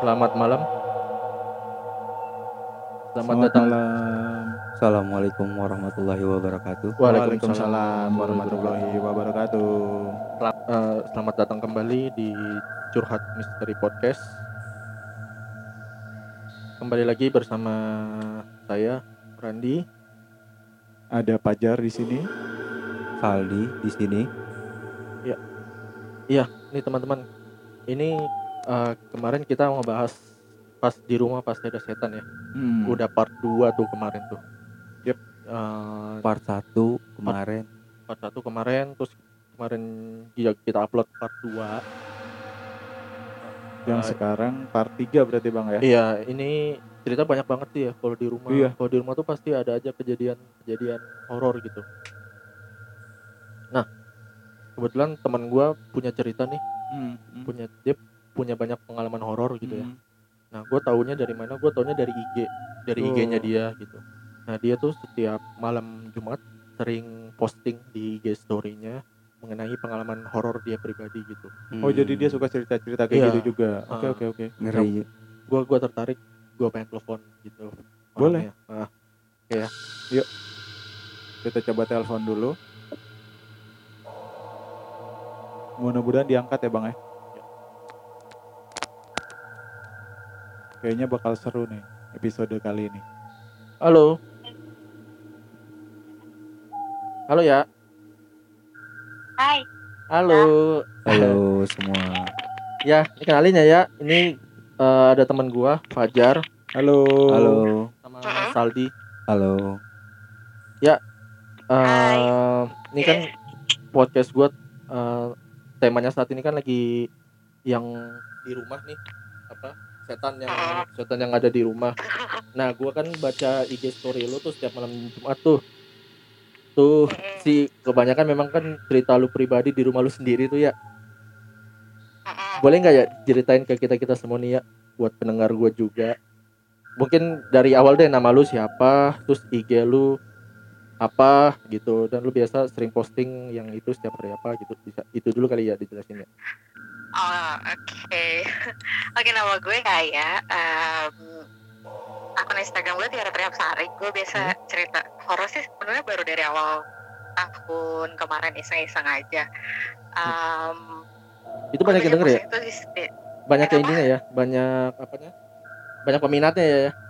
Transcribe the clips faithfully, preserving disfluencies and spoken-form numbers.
Selamat malam. Selamat Selamat datang. malam. Assalamualaikum warahmatullahi wabarakatuh. Waalaikumsalam warahmatullahi wabarakatuh. Sel- eh, selamat datang kembali di Curhat Misteri Podcast. Kembali lagi bersama saya Randi. Ada Pajar di sini. Saldi di sini. Iya, nih teman-teman. Ini eh, kemarin kita mau bahas pas di rumah pasti ada setan ya. Hmm. Udah part dua tuh kemarin tuh. Yep. Eh, Part satu kemarin. part satu kemarin, terus kemarin juga kita upload part dua. Yang Eh, sekarang part tiga berarti Bang ya. Iya, ini cerita banyak banget sih ya kalau di rumah. Iya. Kalau di rumah tuh pasti ada aja kejadian-kejadian horor gitu. Nah, kebetulan teman gue punya cerita nih, Hmm. hmm. punya dia punya banyak pengalaman horor gitu ya. Hmm. Nah, gue taunya dari mana? Gue taunya dari I G, dari Oh. I G-nya dia gitu. Nah, dia tuh setiap malam Jumat sering posting di I G story-nya mengenai pengalaman horor dia pribadi gitu. Oh jadi dia suka cerita-cerita kayak Iya. gitu juga. Oke Ah. oke oke. Ngeri. Gue gue tertarik, gue pengen telepon gitu. Boleh. Orangnya. Ah, oke ya. Yuk. Kita coba telepon dulu. Mudah-mudahan diangkat ya Bang ya. Kayaknya bakal seru nih episode kali ini. Halo. Halo ya. Hai. Halo. Halo semua. Ya, ini kenalin ya ya. Ini eh, ada teman gua, Fajar, Halo. Halo. sama Mm-mm. Saldi. Halo. Eh, ini kan podcast gua eh, temanya saat ini kan lagi yang di rumah nih, apa? Setan yang setan yang ada di rumah. Nah, gua kan baca I G story lu tuh setiap malam Jumat tuh. Tuh si kebanyakan memang kan cerita lu pribadi di rumah lu sendiri tuh ya. Mm-mm. Boleh nggak ya ceritain ke kita kita semua nih ya, buat pendengar gue juga. Mungkin dari awal deh, nama lu siapa, terus I G lu apa gitu, dan lu biasa sering posting yang itu setiap hari apa gitu. Bisa itu dulu kali ya dijelasin ya. Oh, oke. Oke, nama gue kayak um, akun Instagram gue Tiara Trihapsari. Gue biasa cerita horor sih sebenarnya baru dari awal tahun kemarin, iseng-iseng aja. Um, Itu banyak yang denger ya, Itu di, banyak yang Kenapa? ininya ya, banyak apanya, banyak peminatnya ya, ya.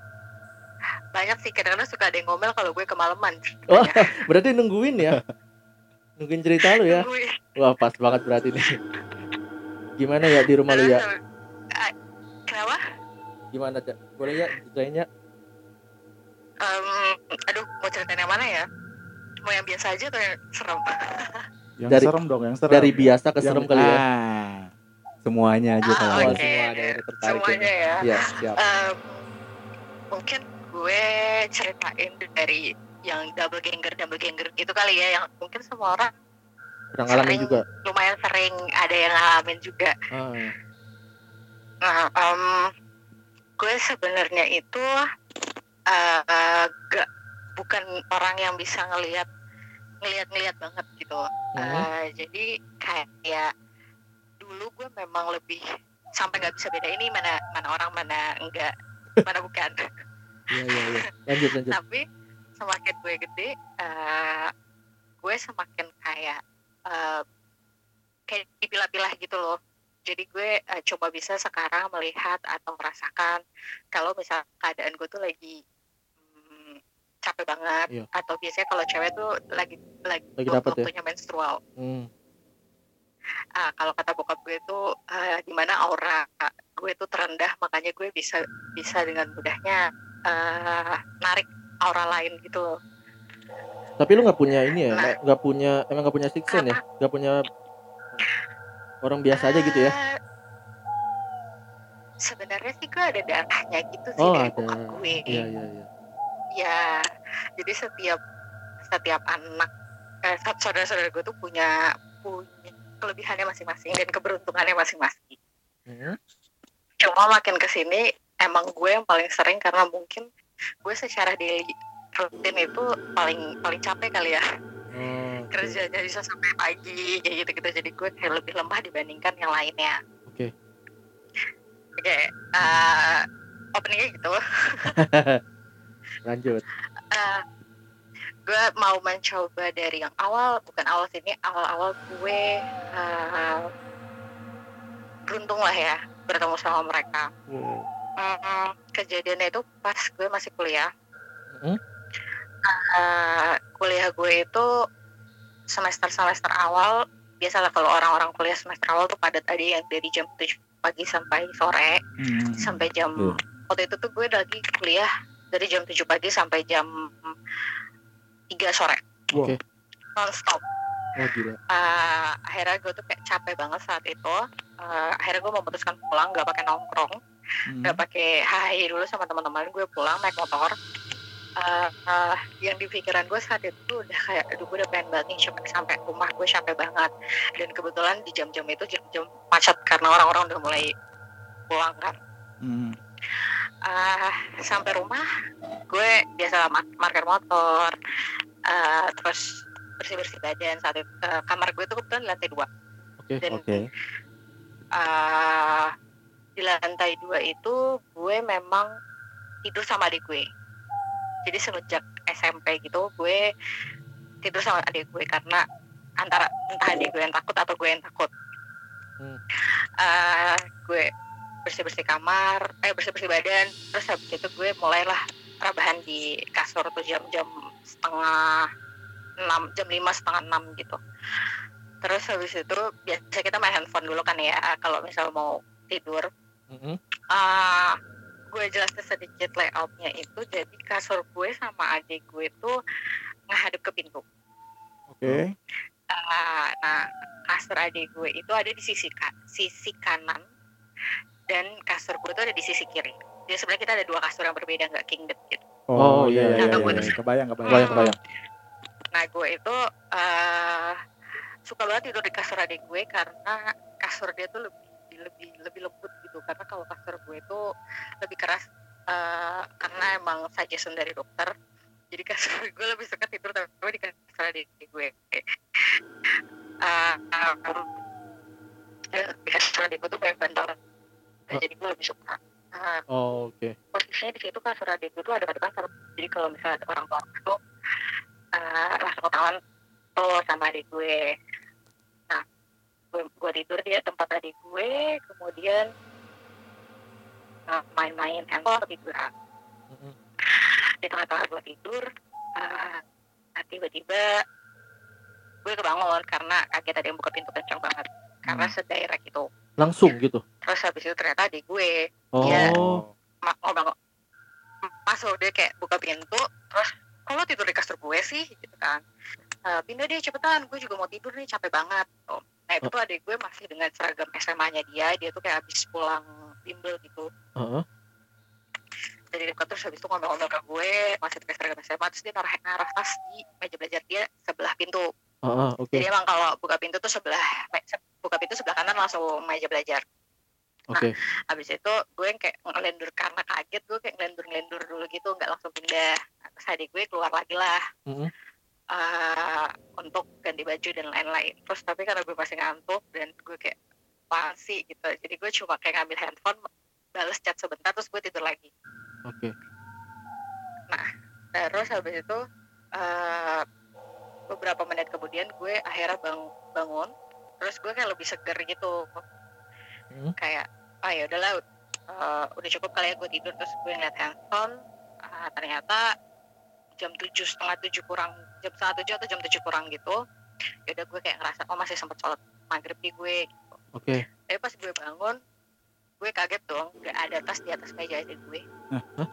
banyak sih, kadang-kadang suka ada yang ngomel kalau gue kemalaman. Oh, berarti nungguin ya, nungguin cerita lu ya. Nungguin. Wah, pas banget berarti nih. Gimana ya di rumah lu ya? Terus, uh, kenapa? Gimana Cak? Boleh ya ceritain ya? Um, aduh, mau ceritain yang mana ya? Mau yang biasa aja atau yang serem? Yang Dari- serem dong, yang serem. Dari biasa ke serem Yang- kali ya. Ah. Semuanya aja Ah, kalau Oh, oke. semua ada yang tertarik Semuanya ini. ya. Iya, siap. Um, mungkin gue ceritain dari yang double ganger double ganger gitu kali ya, yang mungkin semua orang Pernah ngalamin sering, juga. lumayan sering ada yang ngalamin juga. Ah, Nah, um, gue sebenarnya itu uh, gak bukan orang yang bisa ngelihat ngelihat-ngelihat banget gitu. Mhm. Uh, jadi kayak dulu gue memang lebih sampai nggak bisa beda ini mana mana orang mana enggak, mana bukan. iya iya iya. Lanjut lanjut. Tapi semakin gue gede, uh, gue semakin kayak uh, kayak dipilah-pilah gitu loh. Jadi gue uh, coba bisa sekarang melihat atau merasakan kalau misal keadaan gue tuh lagi hmm, capek banget, Iya. atau biasanya kalau cewek tuh lagi lagi, Lagi dapet ya? waktunya menstrual. Hmm. Uh, kalau kata bokap gue tuh uh, di mana aura gue tuh terendah, makanya gue bisa bisa dengan mudahnya uh, narik aura lain gitu loh. Tapi lu nggak punya ini ya? Nah. Nggak punya, emang nggak punya six sense ya? Nggak punya orang biasa aja gitu ya? Uh, sebenarnya sih gue ada darahnya gitu sih Oh dari ada. bokap gue. Iya iya iya. Ya, jadi setiap setiap anak, eh, saudara-saudara gue tuh punya punya kelebihannya masing-masing dan keberuntungannya masing-masing. Hmm. Cuma makin kesini emang gue yang paling sering, karena mungkin gue secara daily rutin itu paling paling capek kali ya. Oh, Kerjanya bisa sampai pagi kayak gitu-gitu, jadi gue kayak lebih lemah dibandingkan yang lainnya. Oke. Oke, uh, openingnya gitu. Lanjut. Uh, gue mau mencoba dari yang awal, bukan awal sini, awal-awal gue uh, beruntung lah ya bertemu sama mereka. Wow. Hmm, kejadiannya itu pas gue masih kuliah. Hmm? Uh, kuliah gue itu semester-semester awal, biasalah kalau orang-orang kuliah semester awal tuh padat, ada yang dari jam tujuh pagi sampai sore, Hmm. sampai jam, Yeah. waktu itu tuh gue lagi kuliah dari jam tujuh pagi sampai jam tiga sore. Oke. Okay. Non-stop. Wah, gila. Uh, akhirnya gue tuh kayak capek banget saat itu. Uh, akhirnya gue memutuskan pulang, gak pakai nongkrong, Hmm. gak pakai hai dulu sama teman-teman gue, pulang naik motor. Uh, uh, yang di pikiran gue saat itu udah kayak, aduh gue udah pengen banget nih cepet sampai rumah, gue capek banget. Dan kebetulan di jam-jam itu jam-jam macet karena orang-orang udah mulai pulang kan. Hmm. Uh, sampai rumah gue biasa parkir motor, uh, terus bersih-bersih badan. Saat itu uh, kamar gue tuh kebetulan di lantai dua. Oke. Dan Oke. uh, di lantai dua itu gue memang tidur sama adik gue. Jadi semenjak S M P gitu gue tidur sama adik gue karena antara entah adik gue yang takut atau gue yang takut. Hmm. Uh, gue bersih-bersih kamar, eh bersih-bersih badan, terus habis itu gue mulailah rebahan di kasur tuh jam-jam setengah enam, jam lima setengah enam gitu. Terus habis itu biasa kita main handphone dulu kan ya kalau misal mau tidur. Mm-hmm. Uh, gue jelasin sedikit layoutnya itu, jadi kasur gue sama adik gue tuh ngadep ke pintu. Oke. Okay. Uh, nah kasur adik gue itu ada di sisi ka- sisi kanan dan kasur gue tuh ada di sisi kiri. Jadi sebenarnya kita ada dua kasur yang berbeda, nggak king bed gitu. Oh, oh iya iya, iya, iya, iya. Kebayang kebayang. Kebayang kebayang. Nah gue itu uh, suka banget tidur di kasur adik gue karena kasur dia tuh lebih lebih lebih lembut gitu, karena kalau kasur gue itu lebih keras uh, karena emang suggestion dari dokter. Jadi kasur gue lebih suka tidur tapi di kasur adik gue. Uh, um, di kasur adik gue tuh banyak bantal, nah, jadi gue lebih suka. Uh, oh, oke. Okay. Posisinya di situ kasur adik gue tuh ada depan, jadi kalau misalnya ada orang tua tuh uh, langsung ketahuan tuh sama adik gue. Nah, gue, gue tidur dia tempat adik gue, kemudian uh, main-main handphone tidur. Mm-hmm. Di tengah-tengah gue tidur, uh, tiba-tiba gue kebangun karena kaget ada yang buka pintu kencang banget, karena hmm. sedaerah gitu. Langsung gitu? Terus habis itu ternyata adik gue, oh. dia ngomong masuk, dia kayak buka pintu, terus kok lo tidur di kasur gue sih gitu kan. Uh, pindah deh cepetan, gue juga mau tidur nih, capek banget. Oh. Nah itu tuh adik gue masih dengan seragam S M A-nya dia, dia tuh kayak habis pulang bimbel gitu. Uh-huh. Jadi dekat, terus habis itu ngomel-ngomel ke gue, masih pakai seragam S M A, terus dia naruh naruh tas di meja belajar dia sebelah pintu. Uh-huh, okay. Jadi emang kalau buka pintu tuh sebelah, buka pintu sebelah kanan langsung meja belajar. Nah, okay. Habis itu gue kayak ngelendur karena kaget, gue kayak ngelendur-ngelendur dulu gitu, nggak langsung pindah. Nah, terus adik gue keluar lagi lah. Uh-huh. Uh, untuk ganti baju dan lain-lain. Terus tapi karena gue masih ngantuk dan gue kayak pansi gitu, jadi gue cuma kayak ngambil handphone, balas chat sebentar, terus gue tidur lagi. Oke. Okay. Nah terus habis itu uh, beberapa menit kemudian gue akhirnya bang bangun, terus gue kayak lebih seger gitu. Hmm? Kayak ah ya udahlah, uh, udah cukup kali ya gue tidur. Terus gue ngeliat handphone, uh, ternyata jam tujuh setengah tujuh kurang, jam setengah tujuh atau jam tujuh kurang gitu. Ya udah gue kayak ngerasa oh masih sempat sholat maghrib di gue gitu. Oke. Okay. Tapi pas gue bangun, gue kaget dong, gak ada tas di atas meja adik gue. Hah?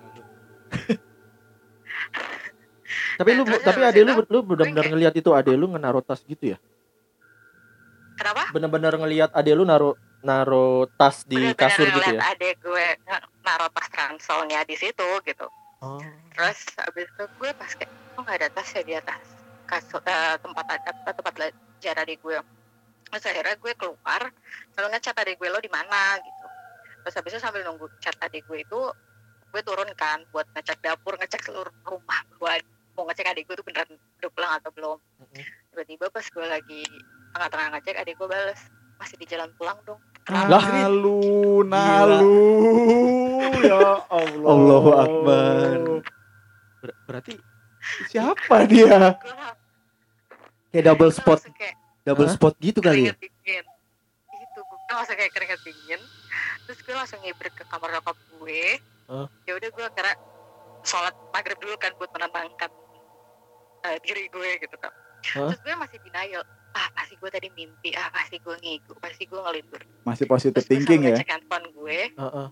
Tapi nah, lu tapi adek lu lu benar-benar kayak... ngelihat itu adek lu ngenaruh tas gitu ya? Kenapa? Benar-benar ngelihat adek lu naruh naruh tas di bener-bener kasur gitu ya? Benar-benar adek gue naruh tas ranselnya di situ gitu. Oh. Terus abis itu gue pas kayak kok nggak ada tas ya di atas kasur, uh, tempat uh, tempat belajar adik gue. Terus akhirnya gue keluar lalu ngechat adik gue, lo di mana gitu. Terus habis itu sambil nunggu chat adik gue itu, gue turun kan buat ngecek dapur, ngecek seluruh rumah, buat mau ngecek adik gue tuh beneran udah pulang atau belum. Mm-hmm. Tiba-tiba pas gue lagi tengah-tengah ngecek, adik gue bales, masih di jalan pulang dong. Lah lu Nah Gila. lu. Ya Allah. Allahu Akbar. Ber- berarti Siapa dia? Gue Kayak double spot, langsung kayak double Hah? spot gitu kali ya. keringet dingin. Itu gue langsung kayak keringet dingin. Terus gue langsung ngibrit ke kamar nyokap gue. Hah? Ya udah gue kira sholat maghrib dulu kan buat menenangkan uh, diri gue gitu kan. Hah? Terus gue masih denial. Ah pasti gue tadi mimpi, ah pasti gue ngigo, pasti gue ngelindur. Masih positive Terus gue thinking sambil ya. ngecek handphone gue, Heeh.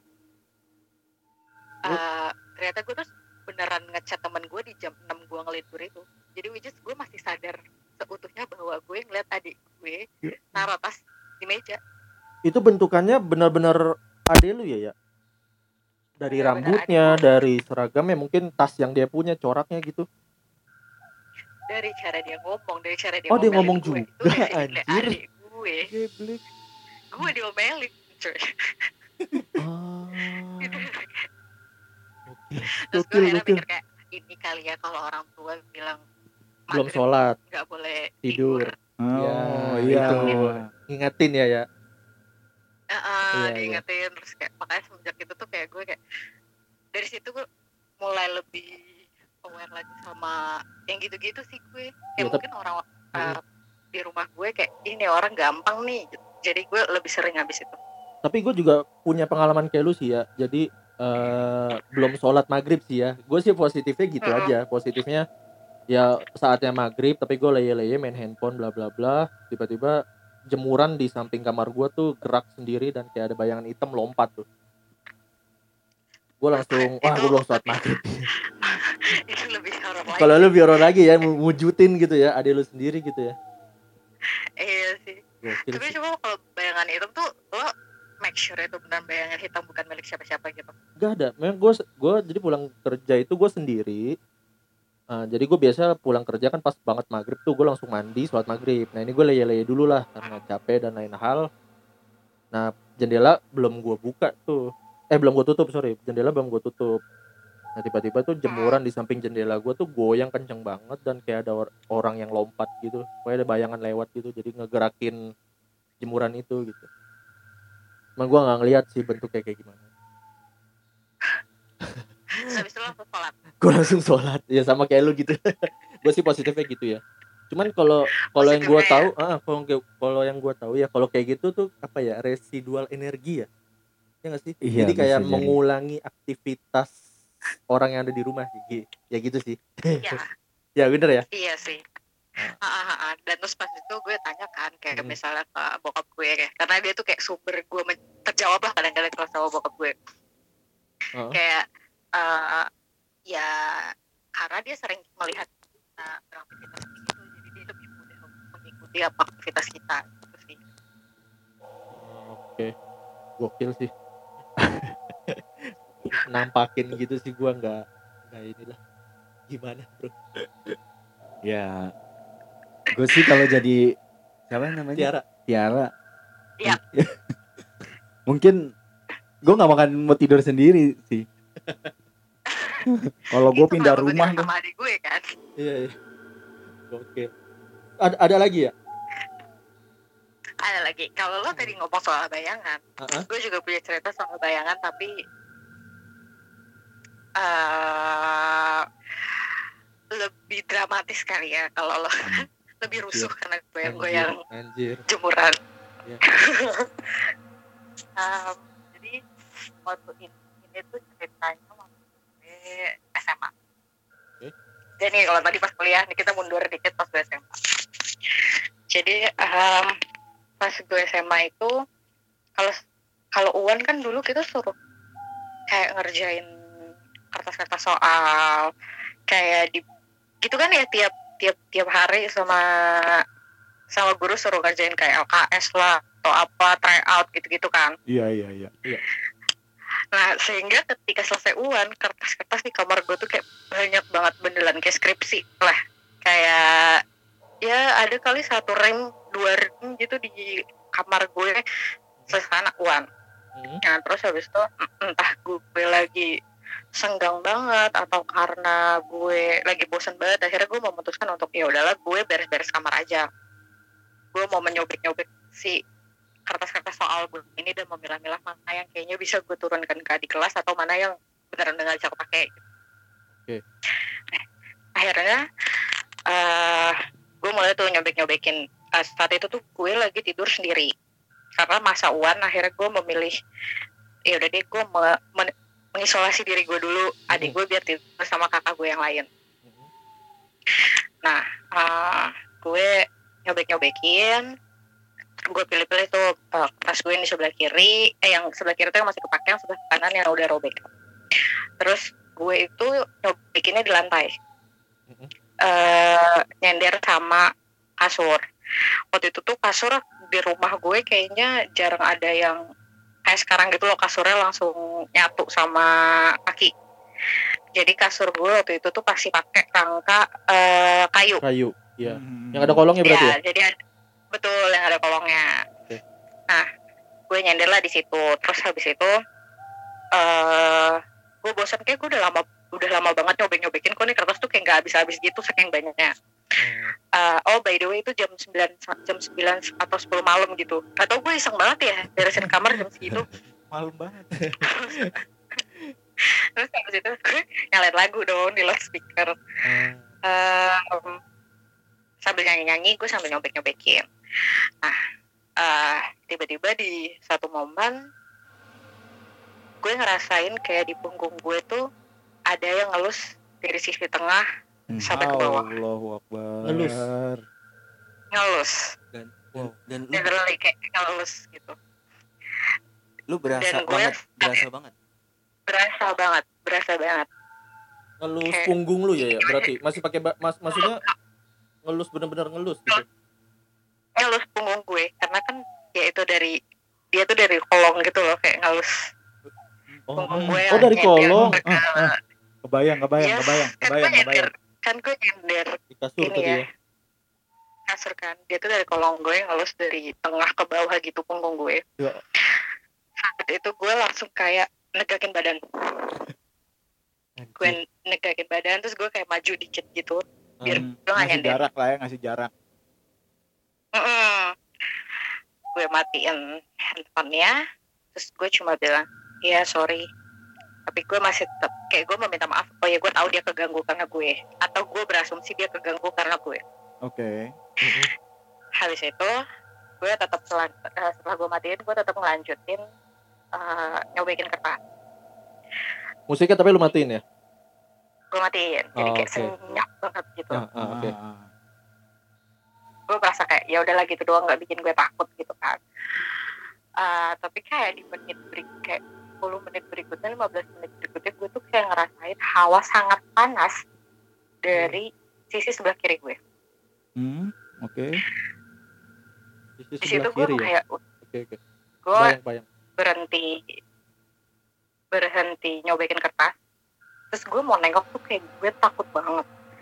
uh, ternyata gue terus beneran ngechat temen gue di jam enam gue ngelindur itu. Jadi which is gue masih sadar seutuhnya bahwa gue ngeliat adik gue naruh tas di meja. Itu bentukannya benar-benar ade lu ya ya? Dari Benar-benar rambutnya, adik gue. dari seragamnya, mungkin tas yang dia punya, coraknya gitu. Dari cara dia ngomong, dari cara dia Oh, dia ngomelin ngomong gue, juga, itu basically anjir. adik gue. Geblek. Gue diomelin cuy. Ah. Gitu. Oke. Terus gue Gokil, akhirnya gokil. mikir kayak ini kali ya kalau orang tua bilang Belum maghrib sholat, nggak boleh tidur. tidur. Oh Ya, iya. itu. Ingetin ya ya. Uh, Iya, diingetin terus kayak makanya semenjak itu tuh kayak gue kayak dari situ gue mulai lebih aware lagi sama yang gitu-gitu sih gue. Kayak Ya, tapi- mungkin orang uh, di rumah gue kayak ini orang gampang nih. Gitu. Jadi gue lebih sering habis itu. Tapi gue juga punya pengalaman kayak lu sih ya. Jadi eh, belum sholat maghrib sih ya. Gue sih positifnya gitu Mm-mm. aja. Positifnya ya saatnya maghrib, tapi gue leye-leye main handphone bla bla bla. Tiba-tiba jemuran di samping kamar gue tuh gerak sendiri dan kayak ada bayangan hitam lompat tuh. Gue langsung, wah Itu gue belum sholat lebih- maghrib. Itu lebih horor lagi. Kalau lu biar lagi ya, wujudin gitu ya, adek lu sendiri gitu ya. Iya sih. Gokil Tapi sih. coba kalau bayangan hitam tuh lo make sure itu benar bayangan hitam bukan milik siapa-siapa gitu. Gak ada. Memang gue gue jadi pulang kerja itu gue sendiri. Uh, jadi gue biasa pulang kerja kan pas banget maghrib tuh gue langsung mandi sholat maghrib. Nah ini gue leye-leye dulu lah karena capek dan lain hal. Nah jendela belum gue buka tuh. Eh belum gue tutup sorry. Jendela belum gue tutup. Nah tiba-tiba tuh jemuran di samping jendela gue tuh goyang kenceng banget dan kayak ada or- orang yang lompat gitu. Kayak ada bayangan lewat gitu. Jadi ngegerakin jemuran itu gitu. Emang gue nggak ngeliat sih bentuknya kayak gimana. Terus habis itu langsung sholat. Gue langsung sholat ya sama kayak lu gitu. Gue sih positifnya gitu ya. Cuman kalau kalau yang gue Positifnya tahu, ah kalau kalau yang gue tahu ya kalau kayak gitu tuh apa ya residual energi ya, ya nggak sih? Iya, Jadi kayak bisa jadi. mengulangi aktivitas orang yang ada di rumah sih, Gi. Ya gitu sih. Iya. Ya bener ya. Iya sih. Ah, ah, ah, ah. Dan terus pas itu gue tanya kan kayak Hmm. misalnya ke bokap gue ya, karena dia tuh kayak sumber gue men- terjawab lah kadang-kadang kalau sama bokap gue. Heeh. Kayak eh, ya karena dia sering melihat kita beraktivitas gitu, jadi dia lebih mudah untuk mengikuti apa aktivitas kita gitu sih. Oke, gokil sih. Nampakin gitu sih gue nggak nggak inilah gimana bro. Ya, gue sih kalau jadi siapa namanya? Tiara. Tiara. Iya. Mungkin gue nggak makan mau tidur sendiri sih. Kalau gue Itu pindah kenapa gue rumah tidur tuh. sama adik gue kan. Iya iya. Gokil. Ada ada lagi ya? Ada lagi kalau lo tadi ngomong soal bayangan, Heeh. gue juga punya cerita soal bayangan tapi eh lebih dramatis kali ya kalau lo lebih rusuh karena goyang-goyang Anjir. jemuran. Iya. Em, jadi waktu ini, ini tuh ceritanya waktu gue S M A. Oke. Jadi nih kalau tadi pas kuliah nih kita mundur dikit pas gue S M A. Jadi em, pas gue S M A itu kalau kalau U A N kan dulu kita suruh kayak ngerjain kertas-kertas soal kayak di gitu kan ya tiap tiap tiap hari sama sama guru suruh ngerjain kayak L K S lah atau apa tryout gitu-gitu kan. Iya iya iya. Nah sehingga ketika selesai U A N kertas-kertas di kamar gue tuh kayak banyak banget beneran kayak skripsi lah, kayak ya ada kali satu ring dua ring gitu di kamar gue selesai anak U A N. Hmm. Nah terus habis itu entah gue lagi senggang banget atau karena gue lagi bosan banget, akhirnya gue memutuskan untuk ya udahlah gue beres-beres kamar aja, gue mau menyobek-nyobek si kertas-kertas soal gue ini dan memilah-milah mana yang kayaknya bisa gue turunkan ke adik kelas atau mana yang benar-benar nggak bisa kepake. Oke. Nah, akhirnya uh, gue mulai tuh nyobek-nyobekin. Uh, saat itu tuh gue lagi tidur sendiri karena masa U A N. Akhirnya gue memilih ya udah deh gue me- men- mengisolasi diri gue dulu, adik gue biar tidur sama kakak gue yang lain. Nah, uh, gue nyobek-nyobekin, gue pilih-pilih tuh uh, kertas gue yang di sebelah kiri, eh yang sebelah kiri tuh yang masih kepake, yang sebelah kanan yang udah robek. Terus gue itu nyobekinnya di lantai, uh, nyender sama kasur. Waktu itu tuh kasur di rumah gue kayaknya jarang ada yang kayak sekarang gitu loh, kasurnya langsung nyatu sama kaki. Jadi kasur gue waktu itu tuh pasti pakai rangka uh, kayu. Kayu, ya. Hmm. Yang ada kolongnya berarti ya? Ya, jadi ada, betul yang ada kolongnya. Oke. Nah, gue nyender lah di situ. Terus habis itu, uh, gue bosan kayak gue udah lama, udah lama banget nyobek-nyobekin. Kok nih kertas tuh kayak nggak habis-habis gitu saking banyaknya. Uh, oh by the way itu jam sembilan jam sembilan atau sepuluh malam gitu. Atau gue iseng banget ya beresin kamar jam segitu. Malam banget. Terus habis itu gue nyalain lagu dong di loudspeaker. Uh, um, sambil nyanyi-nyanyi gue sambil nyobek-nyobekin. Nah, uh, tiba-tiba di satu momen gue ngerasain kayak di punggung gue tuh ada yang ngelus dari sisi tengah sampai ke bawah. Allahu Akbar. Ngelus. Ngelus. Dan wow. dan lu, Literally kayak ngelus gitu. lu berasa Dan gue- banget, berasa banget. Berasa banget, berasa banget. Ngelus Kayak- punggung lu ya, ya berarti masih pakai ba- mas maksudnya ngelus bener-bener ngelus gitu. Ngelus punggung gue karena kan ya itu dari dia tuh dari kolong gitu loh, kayak ngelus punggung gue. Oh, dari nyender kolong. ke- Ah, ah. Kebayang, kebayang, Yes, kebayang, kan kebayang, gue kebayang. nyender, kan gue nyender Di kasur ini tadi ya. ya. kasur kan, dia tuh dari kolong gue ngelus dari tengah ke bawah gitu punggung gue. Ya. Saat itu gue langsung kayak negakin badan, gue negakin badan terus gue kayak maju dikit gitu biar Hmm, gue nggak ngasih nyender. jarak lah ya, ngasih jarak. Mm-mm. Gue matiin handphonenya, terus gue cuma bilang, iya sorry, tapi gue masih tetap kayak gue meminta maaf. Oh ya gue tahu dia keganggu karena gue, atau gue berasumsi dia keganggu karena gue. Oke. Habis itu gue tetap selan, uh, setelah gue matiin gue tetap ngelanjutin uh, nyobekin kertas. Musiknya tapi lu matiin ya? Gue matiin, jadi Oh, kayak oke. senyap banget gitu. Ah, ah, oke. Ah, Gue merasa kayak ya udahlah gitu doang, nggak bikin gue takut gitu kan. Uh, tapi kayak di menit berik kayak sepuluh menit berikutnya, lima belas menit berikutnya gue tuh kayak ngerasain hawa sangat panas dari sisi sebelah kiri gue. Hmm, oke. Sisi Di situ sebelah gue kiri ya. kayak Oke, oke. gue Bayang, bayang. berhenti berhenti nyobekin kertas. Terus gue mau nengok tuh kayak gue takut banget.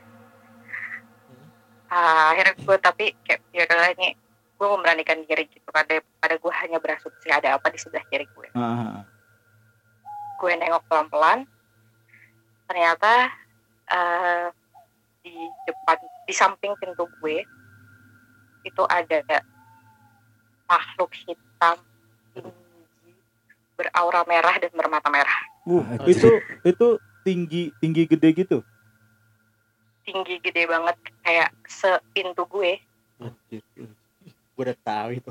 Uh, akhirnya gue tapi kayak ya udahlah ini gue memberanikan diri gitu kan, daripada gue hanya berasumsi ada apa di sebelah kiri gue. Ah, ah, ah. Gue nengok pelan-pelan, ternyata uh, di depan, di samping pintu gue itu ada makhluk hitam tinggi beraura merah dan bermata merah. Uh, itu itu tinggi tinggi gede gitu. Tinggi gede banget kayak sepintu gue. Anjir. Gue udah tahu itu.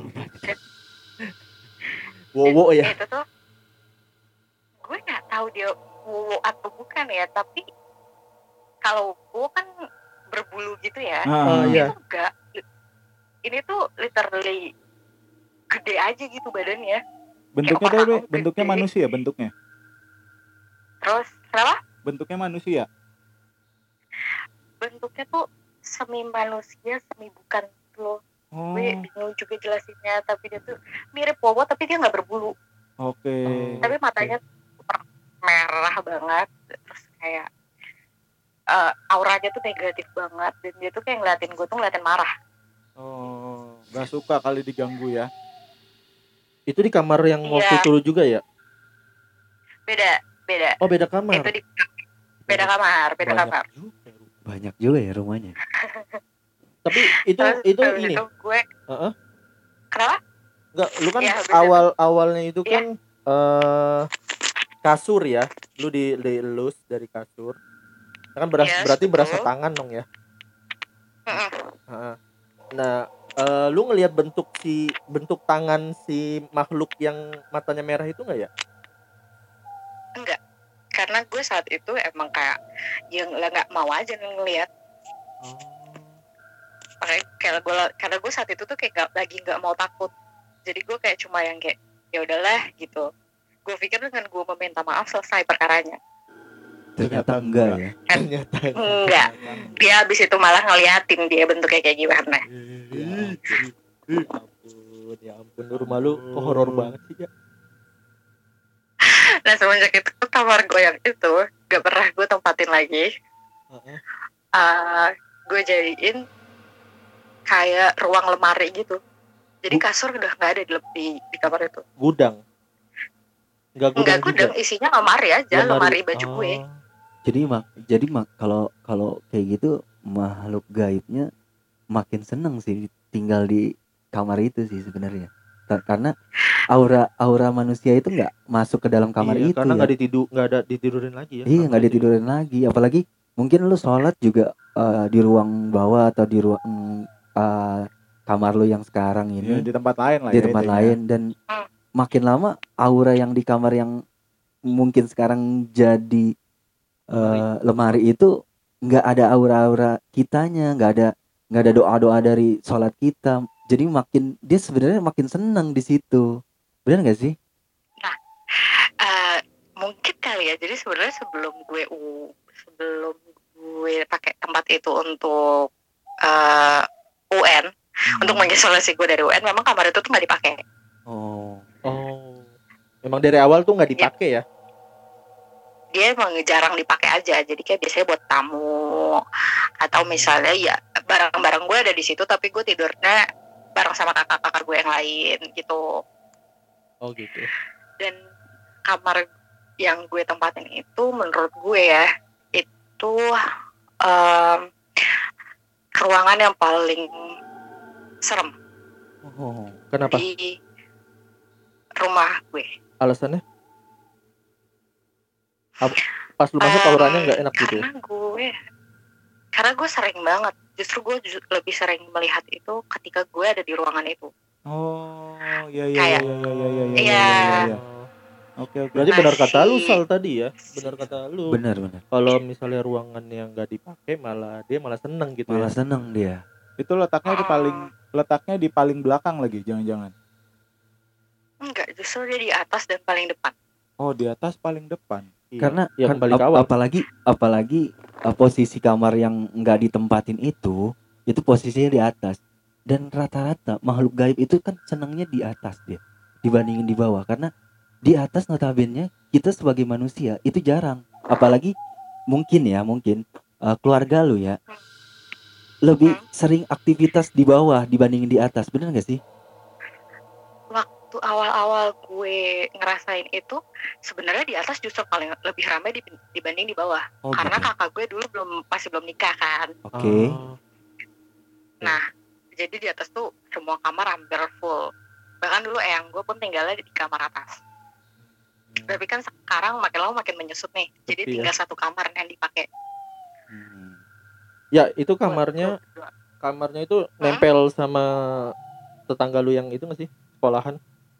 Wowo ya. Itu tuh gue nggak tahu dia wowo atau bukan ya, tapi kalau wowo kan berbulu gitu ya. Ah, Oh, Ini iya. tuh enggak. Ini tuh literally gede aja gitu badannya. Bentuknya Kayak tuh orang bentuknya gede. manusia bentuknya. Terus kenapa? Bentuknya manusia. Bentuknya tuh semi manusia semi bukan loh. Oh, Gue bingung juga jelasinnya, tapi dia tuh mirip wowo tapi dia nggak berbulu. oke. Tapi matanya super merah banget, terus kayak uh, auranya tuh negatif banget, dan dia tuh kayak ngeliatin gue tuh ngeliatin marah. Oh, nggak suka kali diganggu ya. Itu di kamar yang Iya. waktu itu lu juga ya? Beda, beda. Oh, beda kamar. Itu di beda kamar, beda Banyak kamar. juga ya. Banyak juga ya rumahnya. Tapi itu Terus itu habis ini. itu gue Heeh. kenapa? Enggak, lu kan Ya, bener. awal awalnya itu Iya. kan eh kasur ya. Lu di dielus dari kasur. Kan beras, Yes, berarti betul. berasa tangan dong ya. Mm-mm. Heeh. Nah, eh, lu ngelihat bentuk si bentuk tangan si makhluk yang matanya merah itu enggak ya? Enggak, karena gue saat itu emang kayak yang nggak mau aja ngeliat. Makanya kayak gue, karena gue saat itu tuh kayak gak, lagi nggak mau takut. Jadi gue kayak cuma yang kayak ya udahlah gitu. Gue pikir dengan gue meminta maaf selesai perkaranya. Ternyata enggak ya. Ternyata Enggak. Dia abis itu malah ngeliatin dia bentuknya kayak gimana. Ya ampun, ya ampun, lu rumah lu kok horor banget sih ya. Nah semenjak itu kamar gue yang itu gak pernah gue tempatin lagi. Heeh. Uh, gue jadiin kayak ruang lemari gitu. Jadi kasur udah nggak ada di, di di kamar itu. Gudang. Enggak gudang Enggak juga. gudang, isinya lemari aja, lemari, baju Oh. gue. Jadi mak jadi mak kalau kalau kayak gitu makhluk gaibnya makin seneng sih tinggal di kamar itu sih sebenarnya. Ta- Karena aura aura manusia itu nggak masuk ke dalam kamar Iya, itu karena ya. nggak ditidur, nggak ada ditidurin lagi ya. Iya kamar nggak itu. ditidurin lagi. Apalagi mungkin lu sholat juga eh, di ruang bawah atau di ruang eh, kamar lu yang sekarang Ya, ini di tempat lain lah di ya. tempat intinya. lain dan Hmm. makin lama aura yang di kamar yang mungkin sekarang jadi Lemari. eh, lemari itu nggak ada aura-aura kitanya, nggak ada nggak ada doa-doa dari sholat kita. Jadi makin dia sebenarnya makin senang di situ. Benar nggak sih? Uh, mungkin kali ya. Jadi sebenarnya sebelum gue u sebelum gue pakai tempat itu untuk uh, U N, Hmm. untuk mengisolasi gue dari U N, memang kamar itu tuh nggak dipakai. Oh. Oh. Memang dari awal tuh nggak dipakai ya? Dia emang jarang dipakai aja. Jadi kayak biasanya buat tamu atau misalnya ya barang-barang gue ada di situ, tapi gue tidurnya bareng sama kakak-kakak gue yang lain gitu. Oh gitu. Dan kamar yang gue tempatin itu menurut gue ya itu um, ruangan yang paling serem Oh. Kenapa? di rumah gue. Alasannya? Apa- Pas lu masuk Um, auranya nggak enak gitu ya? Karena gue karena gue sering banget, justru gue ju- lebih sering melihat itu ketika gue ada di ruangan itu. Oh, iya iya Kayak- iya iya iya iya iya. Iya. iya, iya. Oke oke. Berarti benar kata lu Masih- Sal tadi ya? Benar kata lu. Benar benar. Kalau misalnya ruangan yang nggak dipakai malah dia malah seneng gitu Malah ya. seneng dia. Itu letaknya di paling letaknya di paling belakang lagi, jangan-jangan. Enggak, justru dia di atas dan paling depan. Oh, di atas paling depan. Iya. Karena ya kan kembali ke ap- awal. apalagi apalagi uh, posisi kamar yang nggak ditempatin itu itu posisinya di atas dan rata-rata makhluk gaib itu kan senangnya di atas dia dibandingin di bawah karena di atas notabene kita sebagai manusia itu jarang apalagi mungkin ya mungkin uh, keluarga lu ya lebih sering aktivitas di bawah dibandingin di atas, benar nggak sih? Waktu awal-awal gue ngerasain itu sebenarnya di atas justru paling lebih ramai di- dibanding di bawah. Oh, Karena gitu. kakak gue dulu belum masih belum nikah kan. Oke. Ah. Nah, jadi di atas tuh semua kamar hampir full. Bahkan dulu eyang gue pun tinggalnya di kamar atas. Tapi kan sekarang makin lama makin menyusut nih. Jadi Sepi ya. tinggal satu kamar yang dipakai. Hmm. Ya itu kamarnya Dua- dua- kamarnya itu nempel sama tetangga lu yang itu nggak sih? Sekolahan.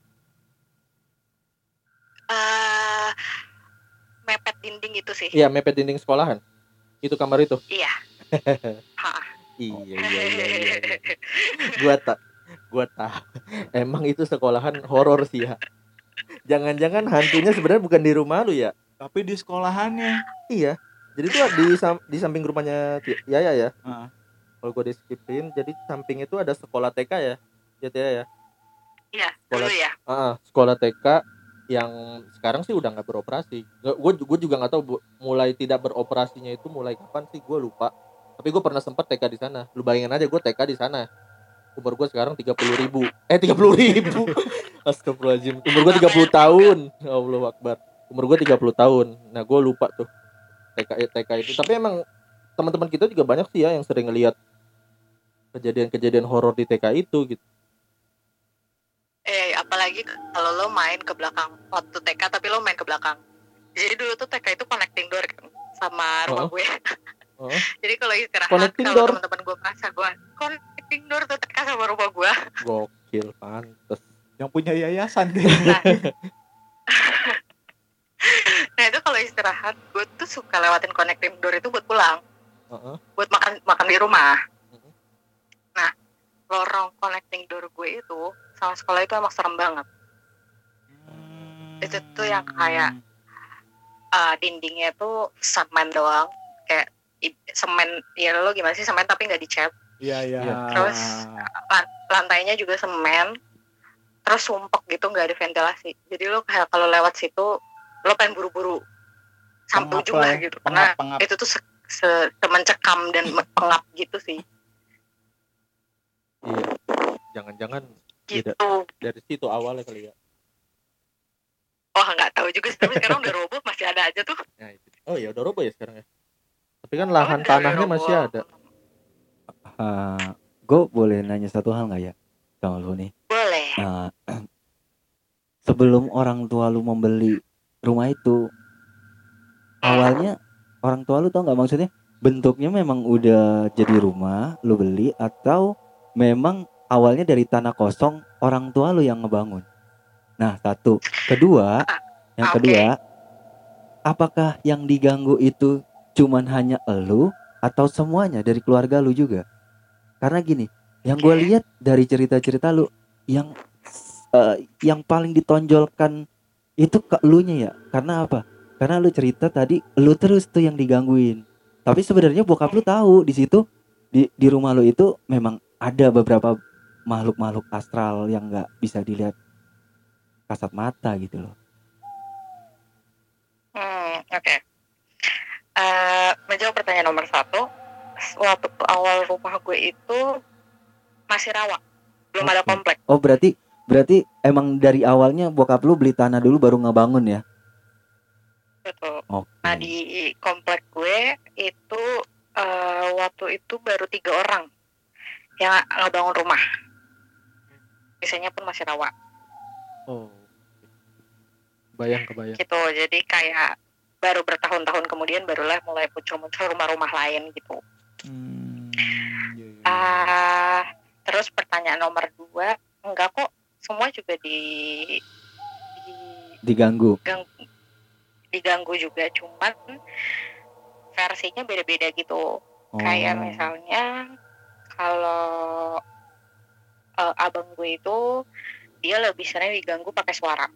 Eh, mepet dinding itu sih. Iya, mepet dinding sekolahan. Itu kamar itu. Iya. Iya iya iya. iya. Gua tak gua tak. Emang itu sekolahan horor sih ya. Jangan-jangan hantunya sebenarnya bukan di rumah lu ya? Tapi di sekolahannya. Iya. Jadi tuh di sam- di samping rumahnya Ti- Yaya ya. Heeh. Kalau gua di skipin, jadi samping itu ada sekolah T K ya. Ya Tia ya. Iya, Sekolah- dulu ya. Ah, sekolah T K yang sekarang sih udah nggak beroperasi. Gue gue juga nggak tahu bu, mulai tidak beroperasinya itu mulai kapan sih gue lupa. Tapi gue pernah sempat T K di sana. Lu bayangin aja gue T K di sana. Umur gue sekarang tiga puluh ribu. Eh tiga puluh ribu. Astagfirullahaladzim. Umur gue tiga puluh tahun. Ya Allah Akbar. Umur gue tiga puluh tahun. Nah gue lupa tuh T K T K itu. Tapi emang teman-teman kita juga banyak sih ya yang sering ngelihat kejadian-kejadian horor di T K itu gitu. Eh, lagi kalau lo main ke belakang waktu T K tapi lo main ke belakang. Jadi dulu tuh T K itu connecting door kan sama rumah Oh. gue. Oh. Jadi kalau istirahat Connecting kalau door? teman-teman gue merasa gue connecting door tuh T K sama rumah gue. Gokil, pantes. Yang punya yayasan kayaknya. Nah, nah itu kalau istirahat gue tuh suka lewatin connecting door itu buat pulang, Heeh. buat makan makan di rumah. Mhm. Nah, lorong connecting door gue itu sama sekolah itu emang serem banget. Itu tuh yang kayak uh, dindingnya tuh semen doang, kayak i- semen, ya lo gimana sih semen tapi nggak dicat. Iya iya. Iya. Terus lan- lantainya juga semen, terus sumpek gitu, nggak ada ventilasi. Jadi lo kayak kalau lewat situ lo pengen buru-buru sampai Pengap ujung lah lah ya, gitu, karena pengap-pengap. itu tuh se- se- semencekam dan me- pengap gitu sih. Iya. Jangan-jangan Gitu. dari situ awalnya kali ya. Wah nggak tahu juga sih, tapi sekarang udah roboh masih ada aja tuh. Nah, itu. Oh ya udah roboh ya sekarang ya. Tapi kan lahan Udah, tanahnya udah masih roboh. ada. Uh, gue boleh nanya satu hal nggak ya sama lu nih? Boleh. Nah, sebelum orang tua lu membeli rumah itu, awalnya orang tua lu tau nggak maksudnya bentuknya memang udah jadi rumah lu beli atau memang awalnya dari tanah kosong orang tua lu yang ngebangun? Nah satu, kedua, yang Oke. kedua, apakah yang diganggu itu cuman hanya elu atau semuanya dari keluarga lu juga? Karena gini, yang gue Oke. lihat dari cerita-cerita lu, yang uh, yang paling ditonjolkan itu ke elunya ya. Karena apa? Karena lu cerita tadi lu terus tuh yang digangguin. Tapi sebenarnya bokap lu tahu di situ di di rumah lu itu memang ada beberapa makhluk-makhluk astral yang nggak bisa dilihat kasat mata gitu loh. Hmm, oke. Eh, menjawab pertanyaan nomor satu, waktu awal rumah gue itu masih rawa, belum ada Oke. komplek. Oh berarti berarti emang dari awalnya bokap lu beli tanah dulu baru ngebangun ya? Betul. Oke. Nah di komplek gue itu eh, waktu itu baru tiga orang yang ngebangun rumah. Biasanya pun masih rawa Oh. Bayang kebayang. gitu. Jadi kayak baru bertahun-tahun kemudian barulah mulai muncul-muncul rumah-rumah lain gitu. Hmm, iya, iya. Ah, terus pertanyaan nomor dua, enggak kok, semua juga di, di Diganggu. gang- diganggu juga, cuman versinya beda-beda gitu. Oh. Kayak misalnya kalau eh, abang gue itu dia lebih sering diganggu pakai suara.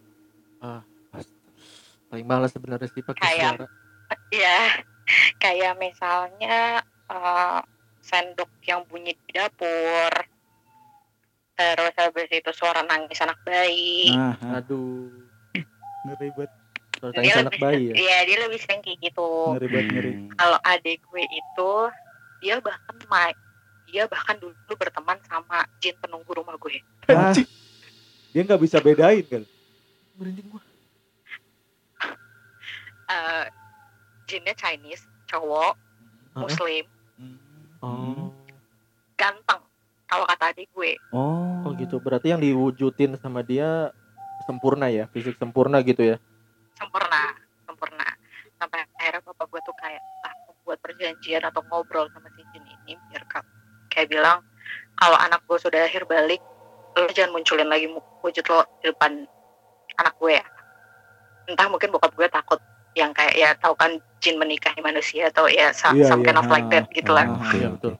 Paling malas sebenarnya sih pakai Kayak- suara. Ya, kayak misalnya eh, sendok yang bunyi di dapur. Terus habis itu suara nangis anak bayi. Nah, ah, Aduh. ngeri banget, Suara Dia tangis anak lebih- bayi ya. Iya, dia lebih sering kayak gitu. ngeri banget, ngeri. Hmm. Kalau adik gue itu dia bahkan main, dia bahkan dulu berteman sama jin penunggu rumah gue. Ah, dia nggak bisa bedain kan? Merinding gua. Eh, jinnya Chinese, cowok, Heeh. Muslim, Oh. ganteng. Kalau kata adik gue, Oh. Oh gitu. Berarti yang diwujudin sama dia sempurna ya, fisik sempurna gitu ya. sempurna, sempurna. Sampai akhirnya bapak gue tuh kayak ah, buat perjanjian atau ngobrol sama si jin ini biar ka- kayak bilang kalau anak gue sudah akhir balik, lo jangan munculin lagi mu- wujud lo di depan anak gue ya. Entah mungkin bokap gue takut yang kayak ya tahu kan jin menikahi manusia atau ya sa- Iya, some iya, kind of like ah, that gitu lah. ah, Oke, Iya oke. betul.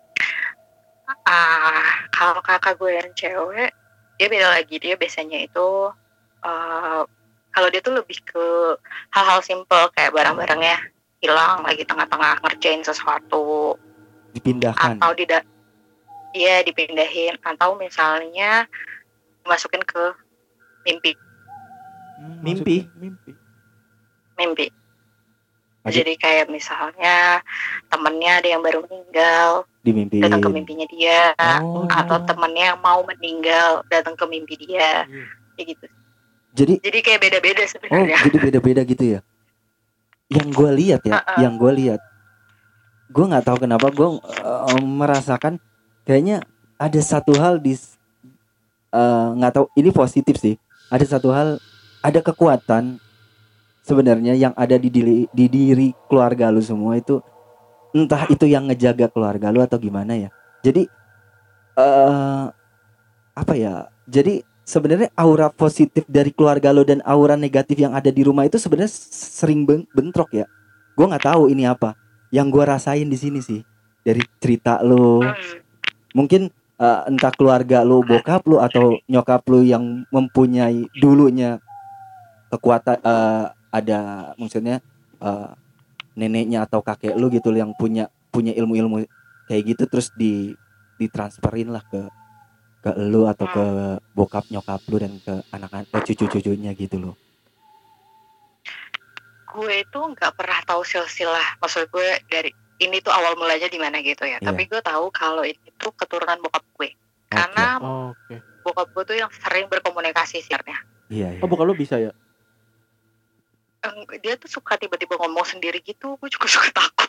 Ah, kalau kakak gue yang cewek, dia beda lagi. Dia biasanya itu uh, kalau dia tuh lebih ke hal-hal simple kayak barang-barangnya hilang lagi tengah-tengah ngerjain sesuatu Dipindahkan. atau tidak, iya dipindahin atau misalnya dimasukin ke mimpi, Hmm, Mimpi? maksudnya mimpi. mimpi. Adik- Jadi kayak misalnya temennya ada yang baru meninggal, Dimimpiin. datang ke mimpinya dia, Oh. atau temennya yang mau meninggal datang ke mimpi dia, Iya. kayak gitu. Jadi Jadi kayak beda-beda oh sebenarnya. jadi beda-beda gitu ya. Yang gue lihat ya, Uh-uh. yang gue lihat, gue nggak tahu kenapa gue uh, merasakan kayaknya ada satu hal di s- uh, nggak tahu ini positif sih. ada satu hal, ada kekuatan sebenarnya yang ada di diri, di diri keluarga lu semua itu, entah itu yang ngejaga keluarga lu atau gimana ya. Jadi eh apa ya? Jadi sebenarnya aura positif dari keluarga lu dan aura negatif yang ada di rumah itu sebenarnya sering ben- bentrok ya. Gue nggak tahu ini apa. Yang gue rasain di sini sih dari cerita lu, Hmm. mungkin eh, entah keluarga lu, bokap lu atau nyokap lu yang mempunyai dulunya kekuatan, eh, ada maksudnya eh, neneknya atau kakek lu gitu yang punya punya ilmu-ilmu kayak gitu, terus di ditransferin lah ke ke lu atau ke bokap nyokap lu dan ke anak-anak, ke cucu-cucunya gitu loh. Gue itu nggak pernah tahu silsilah, maksud gue dari ini tuh awal mulanya di mana gitu ya. Iya. Tapi gue tahu kalau ini tuh keturunan bokap gue. Karena Oh, oke. bokap gue tuh yang sering berkomunikasi sebenarnya. Iya, iya. Oh, bukan lu bisa ya? Eng- Dia tuh suka tiba-tiba ngomong sendiri gitu, gue juga suka takut.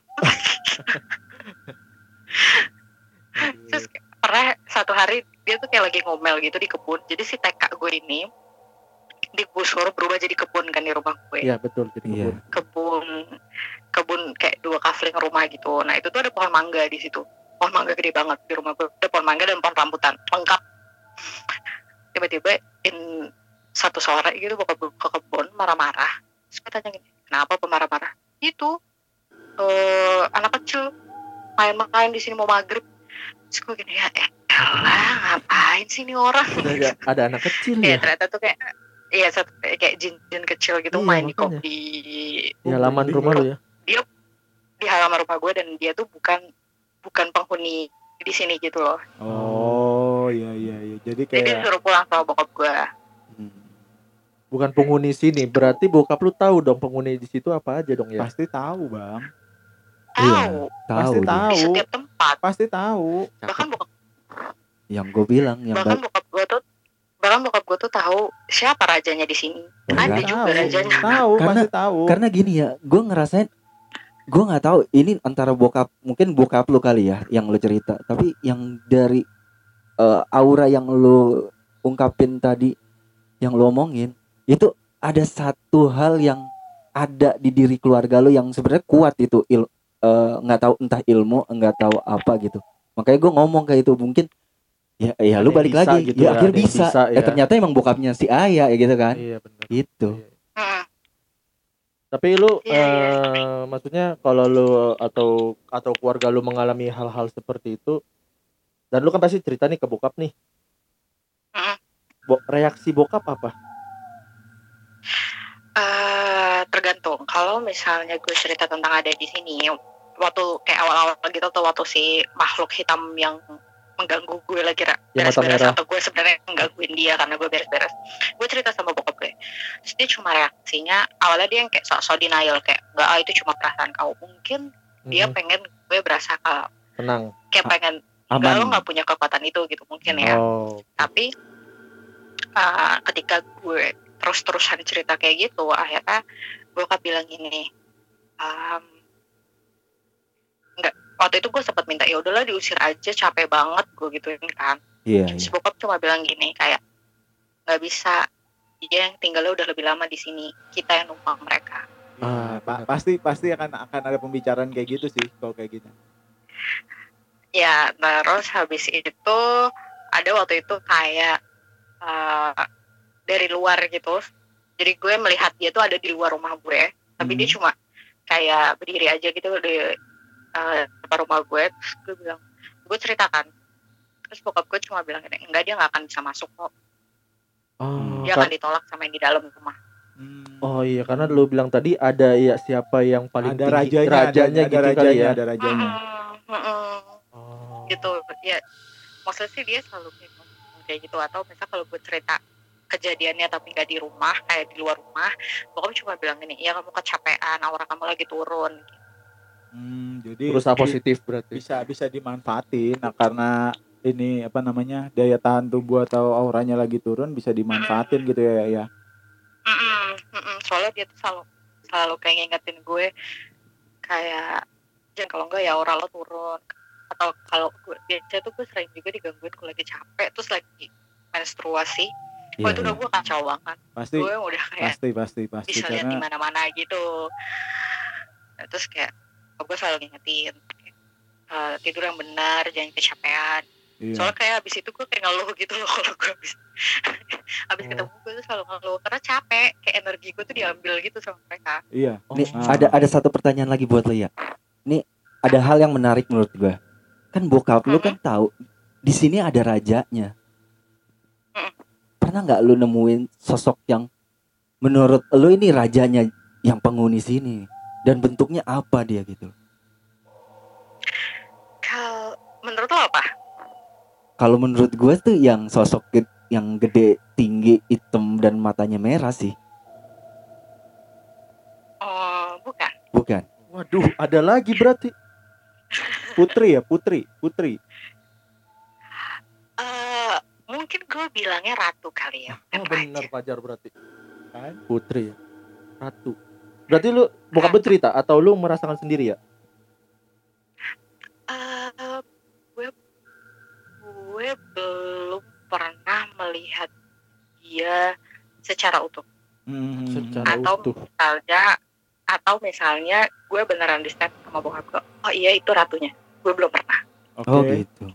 Terus kayak- pernah satu hari dia tuh kayak lagi ngomel gitu di kebun. Jadi si T K gue ini digusur berubah jadi kebun kan di rumah gue. Iya, betul, jadi Iya. kebun. Kebun kebun kayak dua kafling rumah gitu. Nah itu tuh ada pohon mangga di situ. Pohon mangga gede banget di rumah gue. Ada pohon mangga dan pohon rambutan lengkap. Tiba-tiba in satu sore gitu bokap gue ke kebun marah-marah. Terus gue tanya gini, kenapa pemarah-marah? Itu eh anak kecil main-main di sini mau maghrib. Terus gue gini, ya elah ngapain sih ini orang? Ada, ada anak kecil Ya ya. ternyata tuh kayak iya satu kayak jin-jin kecil gitu Iya, main di makanya. di Di halaman rumah lu ya. di halaman rumah gue, dan dia tuh bukan bukan penghuni di sini gitu loh. Oh iya iya iya. Jadi Jadi dia kayak disuruh pulang sama bokap gue. Hmm. Bukan penghuni sini. Berarti bokap lu tahu dong penghuni di situ apa aja dong ya? pasti tahu bang. Iya, Tahu tahu Pasti dia. tahu. di setiap tempat. Pasti tahu. Bahkan bokap Yang gue bilang yang bahkan ba- bokap gue tuh bahkan bokap gue tuh tahu siapa rajanya di sini. Oh, Ada ya? juga Tahu. rajanya. Tahu Karena- pasti tahu. karena gini ya, gue ngerasain, gue nggak tahu ini antara bokap, mungkin bokap lu kali ya yang lu cerita, tapi yang dari eh, aura yang lu ungkapin tadi, yang lu omongin itu ada satu hal yang ada di diri keluarga lu yang sebenarnya kuat itu, il eh, nggak tahu entah ilmu, nggak tahu apa gitu. Makanya gue ngomong kayak itu, mungkin ya ya Ada lu yang balik bisa lagi gitu ya, ya, akhirnya ada yang bisa, bisa eh ya. ternyata emang bokapnya si Ayah ya gitu kan. Iya, benar. Gitu. Iya. Mm. Tapi lu Iya, iya. eh, maksudnya kalau lu atau atau keluarga lu mengalami hal-hal seperti itu, dan lu kan pasti cerita nih ke bokap nih. Mm. Bo- reaksi bokap apa? Eh, tergantung. Kalau misalnya gue cerita tentang ada di sini, waktu kayak awal-awal gitu atau waktu si makhluk hitam yang mengganggu gue lagi ra- Yang mata beres-beres, merah. atau gue sebenarnya menggangguin dia karena gue beres-beres, gue cerita sama bokap gue. Terus dia cuma reaksinya awalnya dia yang kayak sok-sok denial, kayak enggak, ah itu cuma perasaan kau. Mungkin dia Mhm. pengen gue berasa kalau Tenang. kayak A- pengen enggak, lo Aman. nggak punya kekuatan itu gitu mungkin ya. Oh. Tapi uh, ketika gue terus-terusan cerita kayak gitu, akhirnya bokap bilang gini, um, nggak, waktu itu gue sempat minta ya udahlah diusir aja, capek banget gue gituin kan. Iya, Terus iya. bokap cuma bilang gini kayak nggak bisa, dia yang tinggalnya udah lebih lama di sini, kita yang numpang mereka. Ah, Pa- benar. pasti pasti akan akan ada pembicaraan kayak gitu sih kalau kayak gitu. Ya terus habis itu ada waktu itu kayak uh, dari luar gitu, jadi gue melihat dia tuh ada di luar rumah gue, tapi Hmm. dia cuma kayak berdiri aja gitu di uh, depan rumah gue. Terus gue bilang, gue ceritakan, terus bokap gue cuma bilang gini, enggak, dia nggak akan bisa masuk kok, Oh, dia kar- akan ditolak sama yang di dalam rumah. Hmm. oh iya, karena lu bilang tadi ada ya siapa yang paling ada tinggi, rajanya, rajanya ada, gitu ada kali rajanya, ya. ada rajanya. Mm-mm, mm-mm, Oh. gitu ya, maksudnya sih dia selalu kayak ngomong kayak gitu. Atau misal kalau gue cerita kejadiannya tapi nggak di rumah, kayak di luar rumah, bokap cuma bilang gini, iya kamu kecapean, aura kamu lagi turun. Hmm, jadi Berusaha bi- positif berarti. bisa bisa dimanfaatin. Nah, karena ini apa namanya daya tahan tubuh atau auranya lagi turun, bisa dimanfaatin gitu ya ya. Mm-mm, mm-mm. Soalnya dia tuh selalu selalu kayak ngingetin gue kayak, jangan kalau enggak ya aura lo turun. Atau kalau gue biasa tuh gue sering juga digangguin kalau lagi capek, terus lagi menstruasi, Oh Iya, itu udah iya. gue kacau banget. Pasti Gue udah kayak pasti pasti pasti bisa lihat di karena mana-mana gitu. Nah, terus kayak oh, gue selalu ngingetin kayak, eh, tidur yang benar, jangan kecapean. iya. Soalnya kayak abis itu gue kayak ngeluh gitu loh kalau gue abis abis Oh. ketemu gue tuh selalu ngeluh karena capek, kayak energi gue tuh diambil gitu sama mereka. Iya. Nih Oh. ada ada satu pertanyaan lagi buat lo ya. Nih ada hal yang menarik menurut gua. Kan bokap lu kan tahu di sini ada rajanya. Mm. Pernah nggak lu nemuin sosok yang menurut lu ini rajanya yang penghuni sini dan bentuknya apa dia gitu? Kalau menurut lo apa? Kalau menurut gua tuh yang sosok ge- yang gede, tinggi, hitam dan matanya merah sih. Oh bukan. Bukan. Waduh, ada lagi berarti. Putri ya, Putri, Putri. Eh mungkin gue bilangnya ratu kali ya. Oh bukan benar raja. Fajar berarti. Kan? Putri ya. Ratu. Berarti lu bokap lu cerita atau lu merasakan sendiri ya? Eh, gue gue belum pernah melihat dia secara utuh. Hmm. Secara Atau utuh. misalnya atau misalnya gue beneran di step sama bokap gue. Oh iya itu ratunya. Gue belum pernah. Oke. Oh gitu.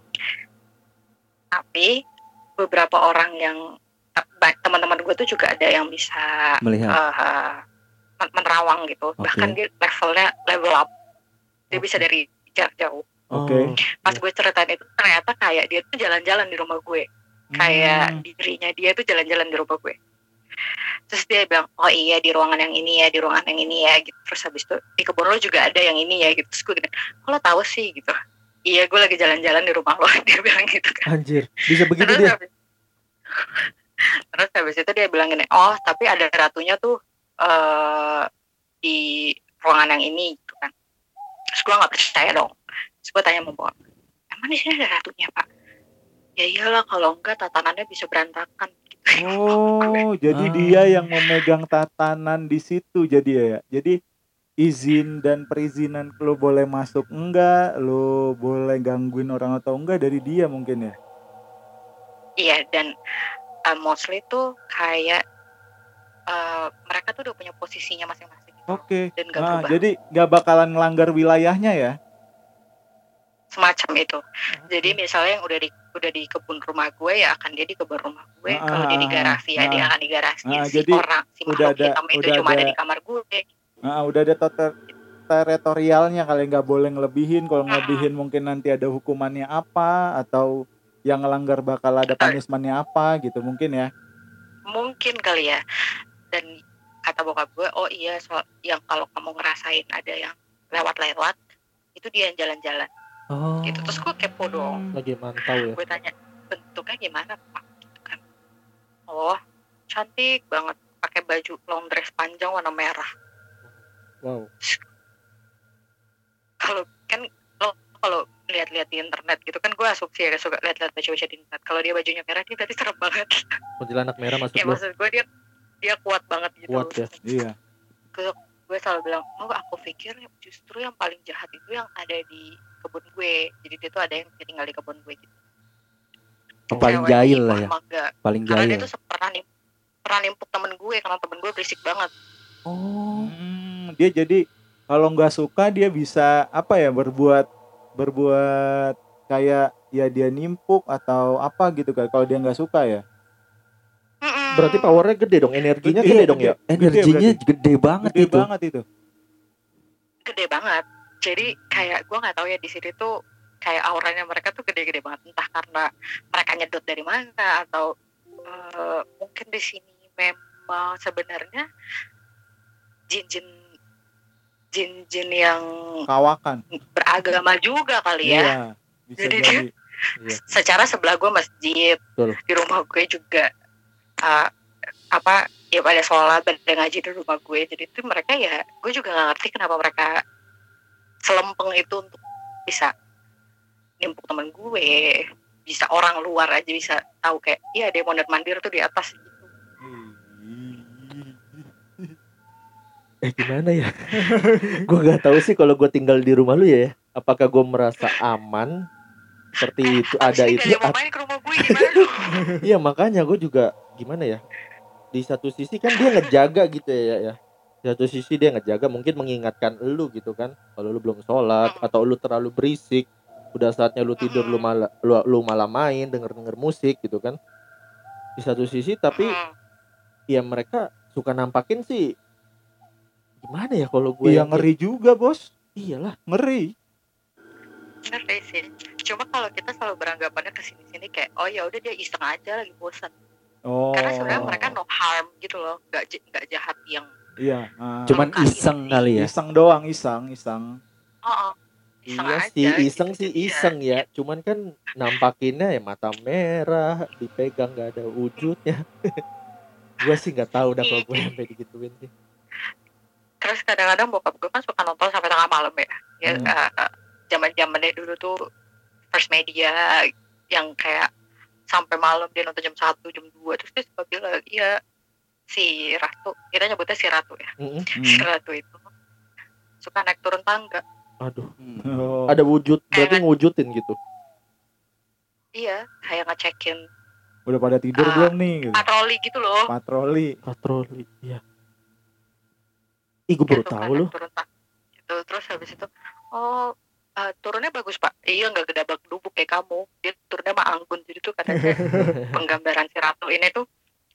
Tapi beberapa orang yang ba- teman-teman gue tuh juga ada yang bisa Melihat. eh, men- menerawang gitu. Oke. Bahkan dia levelnya level up. Dia Oke. bisa dari jarak jauh. Oke. Pas gue ceritain itu ternyata kayak dia tuh jalan-jalan di rumah gue. Kayak Hmm. dirinya dia tuh jalan-jalan di rumah gue. Terus dia bilang, oh iya di ruangan yang ini ya, di ruangan yang ini ya gitu. Terus habis itu di kebun lo juga ada yang ini ya gitu. Terus gue gini, kok lo tahu sih gitu. Iya gue lagi jalan-jalan di rumah lo. Dia bilang gitu kan. Anjir, bisa begitu Terus dia. habis, terus habis itu dia bilang gini, oh tapi ada ratunya tuh eh di ruangan yang ini gitu kan. Terus gue nggak percaya dong. Terus gue tanya sama bokap, emang di sini ada ratunya pak? Ya iyalah kalau enggak tatanannya bisa berantakan. Gitu. Oh, jadi Ah. dia yang memegang tatanan di situ jadi ya. Jadi izin dan perizinan lo boleh masuk enggak, lo boleh gangguin orang atau enggak dari dia mungkin ya. Iya dan uh, mostly tuh kayak uh, mereka tuh udah punya posisinya masing-masing. Gitu. Oke. Dan gak Nah, berubah. jadi nggak bakalan ngelanggar wilayahnya ya. Semacam itu. Jadi misalnya yang udah di udah di kebun rumah gue ya akan dia di kebun rumah gue. Ah, Kalau dia di garasi ya ah, dia akan di garasi. ah, si jadi orang si udah makhluk ada- hitam itu udah cuma ada ada- di kamar gue. Nah, udah ada ter- teritorialnya kali nggak boleh ngelebihin. Kalau Mm-mm. ngelebihin mungkin nanti ada hukumannya apa atau yang ngelanggar bakal ada Betul. punishmentnya apa gitu mungkin ya. Mungkin kali ya. Dan kata bokap gue, oh iya soal yang kalau kamu ngerasain ada yang lewat-lewat itu dia yang jalan-jalan. Oh. Gitu. Terus gue kepo dong. Lagi mantau ya. Gue tanya bentuknya gimana pak gitu kan. Oh cantik banget pakai baju long dress panjang warna merah. Wow. Kalau kan lo kalau lihat-lihat di internet gitu kan gue asumsi ya suka lihat-lihat baju-baju di internet. Kalau dia bajunya merah dia berarti serem banget. Kuntilanak merah maksud Ya lu? maksud gue dia dia kuat banget gitu. Kuat ya. Iya. Gue selalu bilang oh aku pikir justru yang paling jahat itu yang ada di kebun gue. Jadi dia tuh ada yang tinggal di kebun gue gitu. Oh, paling Cewek jahil ini, lah wah, ya. mangga. Paling Karena dia jahil. tuh pernah nim pernah nimpuk temen gue karena temen gue berisik banget. Oh. Hmm, dia jadi kalau nggak suka dia bisa apa ya berbuat berbuat kayak ya dia nimpuk atau apa gitu kan kalau dia nggak suka ya. Mm-mm. Berarti powernya gede dong, energinya Gede, gede, dong ya. gede. Energinya berarti. gede banget Gede itu. banget itu. Gede banget. Jadi kayak gue nggak tahu ya di sini tuh kayak auranya mereka tuh gede-gede banget. Entah karena mereka nyedot dari mana atau uh, mungkin di sini memang sebenarnya jin-jin jin-jin yang Kawakan. beragama juga kali ya. Iya, bisa Jadi jadi. Iya. Secara sebelah gue masjid, Betul. di rumah gue juga uh, apa ya pada sholat, pada ngaji di rumah gue. Jadi itu mereka ya, gue juga nggak ngerti kenapa mereka selempeng itu untuk bisa nimpuk teman gue, bisa orang luar aja bisa tahu kayak, iya dia mondar mandir tuh di atas gitu. Eh gimana ya? Gue nggak tahu sih kalau gue tinggal di rumah lu ya. Apakah gue merasa aman seperti itu Abis ada ini itu? gak ada yang mau main ke rumah gue gimana dong? Iya makanya gue juga gimana ya, di satu sisi kan dia ngejaga gitu ya ya di satu sisi dia ngejaga, mungkin mengingatkan lu gitu kan kalau lu belum sholat Mm-mm. atau lu terlalu berisik, udah saatnya lu tidur, lu Mm-mm. malah lu, lu malah main denger denger musik gitu kan di satu sisi. Tapi Mm-mm. ya mereka suka nampakin sih, gimana ya kalau gue Iya yang kayak- ngeri juga bos, iyalah ngeri. Ngerti sih. Cuma kalau kita selalu beranggapannya ke sini-sini kayak oh ya udah dia iseng aja lagi bosan. Oh. Karena sebenarnya mereka no harm gitu loh, nggak j- nggak jahat yang Iya. ah. Cuman Melukai iseng hati. kali ya. Iseng doang, iseng, iseng. oh, oh, iseng iya aja sih iseng gitu. sih Jadi iseng ya cuman kan nampakinnya ya mata merah dipegang nggak ada wujudnya. Gue sih nggak tahu dah kalau gue sampai digituin sih. Terus kadang-kadang bokap gue kan suka nonton sampai tengah malam ya. Ya Hmm. uh, zaman-zamannya dulu tuh first media yang kayak sampai malam dia nonton jam satu, jam dua. Terus dia suka bilang, iya si Ratu, kita nyebutnya si Ratu ya. Mm-mm. Si Hmm. Ratu itu suka naik turun tangga. Aduh, Hmm. Oh. ada wujud berarti Kayak- ngewujudin gitu. Iya, kayak ngecekin Udah pada tidur Ah. belum nih? Gitu. patroli gitu loh. Patroli. Patroli, iya. Ih, gue baru Dia suka tahu naik loh. turun tangga gitu. Terus habis itu, oh uh, turunnya bagus pak. Iya nggak gedabak dubuk kayak kamu. Dia turunnya mah anggun. Jadi tuh katanya penggambaran si Ratu ini tuh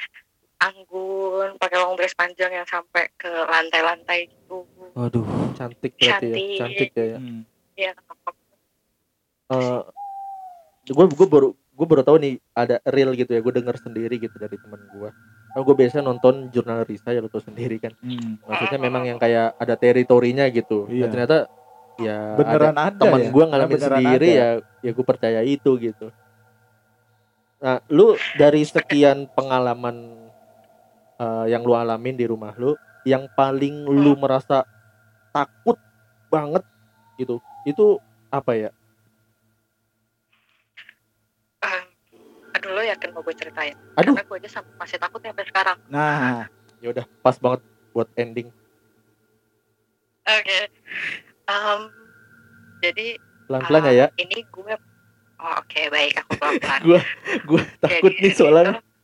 anggun, pakai long dress panjang yang sampai ke lantai-lantai gitu. Waduh. Cantik berarti ya, Cantik. cantik ya. ya. Hmm. Iya, cakep. Eh, gue gue baru gue baru tahu nih ada real gitu ya. Gue denger sendiri gitu dari teman gue. Kan gue biasa nonton jurnal Risa ya, lo tau sendiri kan. Hmm. Maksudnya memang yang kayak ada teritorinya gitu. Iya. Dan ternyata ya Beneran ada ada, teman ya? gue ngalamin Beneran sendiri ada. ya, ya gue percaya itu gitu. Nah, lu dari sekian pengalaman uh, yang lu alamin di rumah lu, yang paling lu merasa takut banget gitu, itu apa ya? Um, aduh lo yakin mau gue ceritain? Aduh, Karena gue aja sam- masih takut sampai sekarang. Nah, ya udah pas banget buat ending. Oke. Um, jadi Pelan-pelan uh, ya ya. ini gue oh oke baik aku pelan-pelan. Gue gue takut Jadi nih ini soalnya. tuh-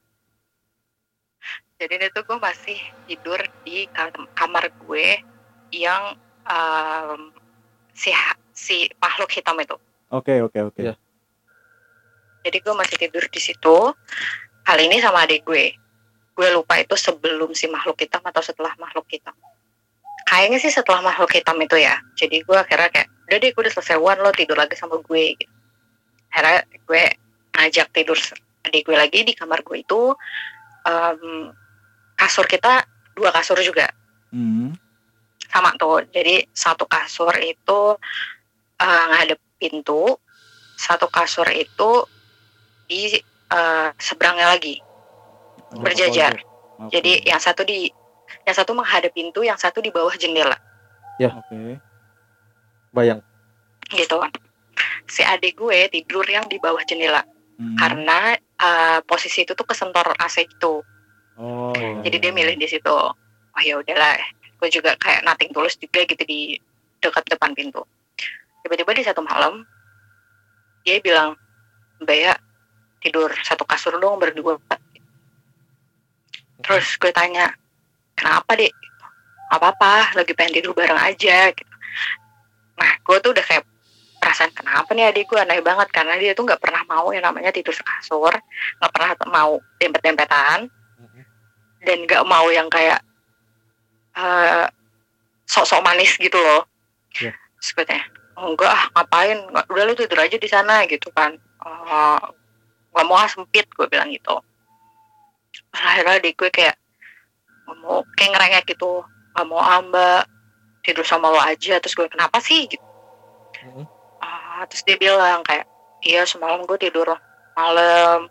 jadi ini tuh gue masih tidur di kam- kamar gue yang um, si ha- si makhluk hitam itu. oke oke oke. Iya. Jadi gue masih tidur di situ. Kali ini sama adik gue. Gue lupa itu sebelum si makhluk hitam atau setelah makhluk hitam. Kayaknya sih setelah makhluk hitam itu ya. Jadi gue akhirnya kayak, udah deh gue udah selesai Wan, lo tidur lagi sama gue. Gitu. Akhirnya gue ngajak tidur adik gue lagi di kamar gue itu. Um, kasur kita dua kasur juga. Hmm. Sama tuh. Jadi satu kasur itu uh, ngadep pintu. Satu kasur itu di uh, seberangnya lagi. Ada Berjajar. Oke. Jadi yang satu di yang satu menghadap pintu, yang satu di bawah jendela Oke. Bayang. gitu. Si adik gue tidur yang di bawah jendela Hmm. karena uh, posisi itu tuh kesentor A C gitu. Oh. iya, Jadi iya, dia iya. milih di situ. Oh ya udahlah, gue juga kayak nothing tulus juga gitu di dekat depan pintu. Tiba-tiba di satu malam dia bilang, "Mbak ya, tidur satu kasur dong berdua." Terus gue tanya, "Kenapa, Dek?" "Gak apa-apa, lagi pengen tidur bareng aja." Gitu. Nah, gue tuh udah kayak perasaan kenapa nih adik gue aneh banget karena dia tuh nggak pernah mau yang namanya tidur sekasur, nggak pernah mau dempet-dempetan, dan nggak mau yang kayak uh, sok-sok manis gitu loh. Yeah. Terus gue tanya, "Oh, enggak ah, ngapain? Nggak, udah lu tidur aja di sana gitu kan." "Oh, nggak mau ah, sempit," gue bilang gitu. Akhirnya adik gue kayak nggak mau, kayak ngerengek gitu, "Nggak mau ah Mbak, tidur sama lo aja." Terus gue, "Kenapa sih?" Gitu. Mhm. Ah, terus dia bilang kayak, "Iya semalam gue tidur malam,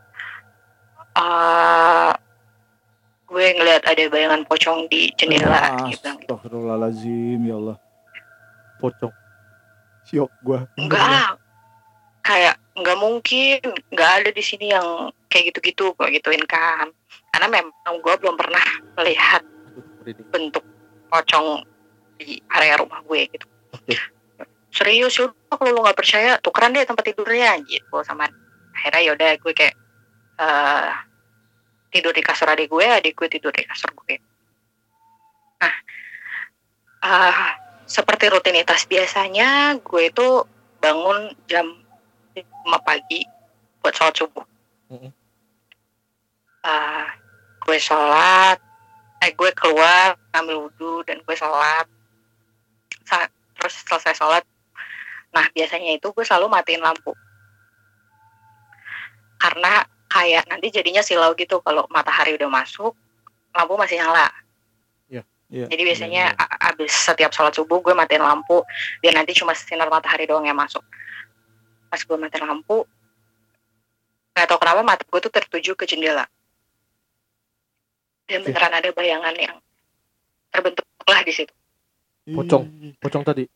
ah, gue ngeliat ada bayangan pocong di jendela." Dia bilang gitu. Astagfirullahaladzim, ya Allah. Pocong. Syok gua. Enggak ah, kayak nggak mungkin, nggak ada di sini yang kayak gitu-gitu, gue gituin kan. Karena memang gue belum pernah melihat Aduh, merinding. bentuk pocong di area rumah gue gitu. Oke. Serius yaudah kalau lo nggak percaya tukeran deh tempat tidurnya gitu sama. Akhirnya yaudah gue kayak uh, tidur di kasur adik gue, adik gue tidur di kasur gue. Nah, uh, seperti rutinitas biasanya, gue itu bangun jam lima pagi buat sholat subuh. Mm-mm. Uh, gue sholat, eh gue keluar ambil wudhu dan gue sholat. Sa- terus selesai sholat, nah biasanya itu gue selalu matiin lampu. Karena kayak nanti jadinya silau gitu kalau matahari udah masuk, lampu masih nyala. Iya. Jadi biasanya a- abis setiap sholat subuh gue matiin lampu, biar nanti cuma sinar matahari doang yang masuk. Pas gue matiin lampu, gak tau kenapa mata gue tuh tertuju ke jendela. Dan beneran ada bayangan yang terbentuk lah di situ. Pocong, pocong tadi.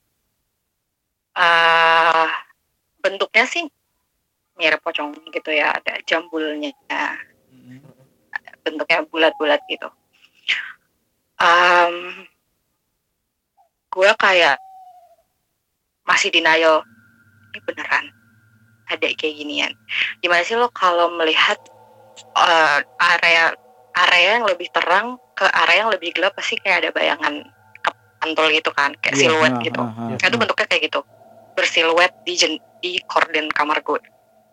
Uh, bentuknya sih mirip pocong gitu ya, ada jambulnya, bentuknya bulat-bulat gitu. Um, gue kayak masih denial, ini beneran ada kayak ginian. Gimana sih lo kalau melihat uh, area area yang lebih terang ke area yang lebih gelap, pasti kayak ada bayangan kepantul gitu kan, kayak Iya, siluet ha, gitu. ha, ha, Nah, itu ha. bentuknya kayak gitu, bersiluet di jen- di korden kamar gue.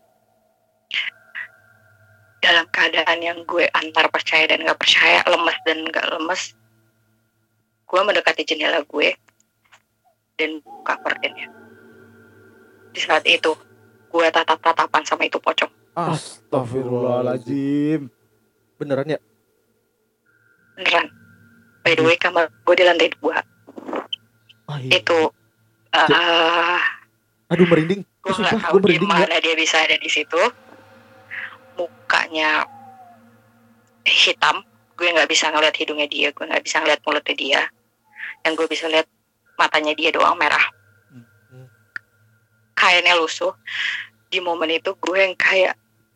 Dalam keadaan yang gue antar percaya dan gak percaya, lemes dan gak lemes, gue mendekati jendela gue dan buka kordennya. Di saat itu gue tatap-tatapan sama itu pocong. Astagfirullahaladzim. Beneran ya? Beneran. By the way, kamar gue di lantai dua. Ah, iya. Itu uh, Aduh merinding. gue Sumpah, nggak gue tahu merinding gimana nggak? dia bisa ada di situ. Mukanya hitam, gue nggak bisa ngeliat hidungnya dia, gue nggak bisa ngeliat mulutnya dia. Yang gue bisa lihat matanya dia doang merah. Hmm. Kainnya lusuh. Di momen itu gue yang kayak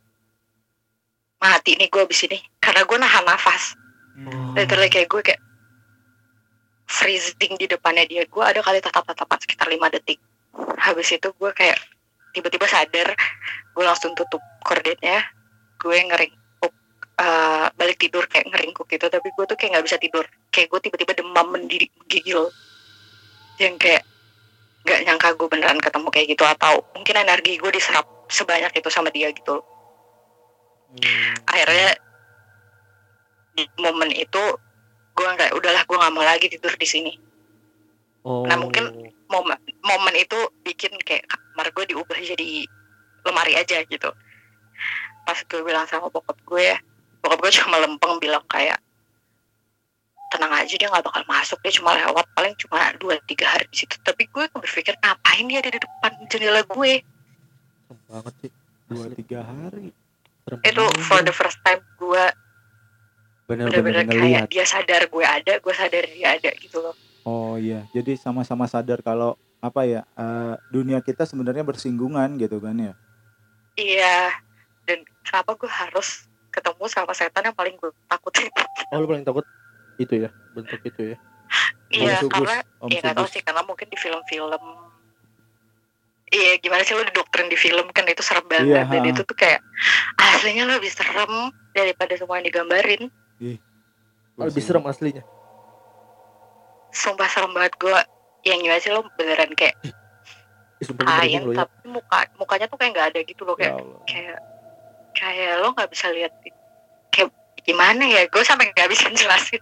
mati nih gue abis ini, karena gue nahan nafas. Literally kayak gue kayak freezing di depannya dia. Gue ada kali tatap-tatapan sekitar lima detik. Habis itu gue kayak tiba-tiba sadar, gue langsung tutup kordennya, gue ngeringkuk, uh, balik tidur kayak ngeringkuk gitu. Tapi gue tuh kayak nggak bisa tidur, kayak gue tiba-tiba demam mendidih menggigil, yang kayak nggak nyangka gue beneran ketemu kayak gitu, atau mungkin energi gue diserap sebanyak itu sama dia gitu. Akhirnya di momen itu gue nggak, udahlah gue nggak mau lagi tidur di sini. Oh. Nah mungkin momen momen itu bikin kayak kamar gue diubah jadi lemari aja gitu. Pas gue bilang sama bokap gue, bokap gue cuma lempeng bilang kayak tenang aja, dia nggak bakal masuk, dia cuma lewat, paling cuma dua tiga hari di situ. Tapi gue berpikir ngapain dia ada di depan jendela gue. Serem banget sih. Dua tiga hari. Serem Itu banget. for the first time gue Bener-bener bener-bener ngelihat. kayak dia sadar gue ada, gue sadar dia ada gitu loh. Oh iya, jadi sama-sama sadar kalau apa ya, eh, dunia kita sebenarnya bersinggungan gitu kan ya. Iya. Dan kenapa gue harus ketemu sama setan yang paling gue takutin? Oh lu paling takut itu ya, bentuk itu ya. Iya, Sugus, karena Om ya nggak tahu Sugus. sih, karena mungkin di film-film, iya gimana sih lo didoktrin di film kan itu serem banget. Iya, Dan ha. itu tuh kayak aslinya lebih serem daripada semua yang digambarin. Oh, lebih serem aslinya. Sumpah serem banget. Gue yang gimana sih, lo beneran kayak Ih, sumpah gue merinding kain lo ya. tapi muka mukanya tuh kayak nggak ada gitu loh, Ya kayak Allah. kayak kayak lo nggak bisa lihat kayak gimana ya, gue sampai nggak bisa jelasin.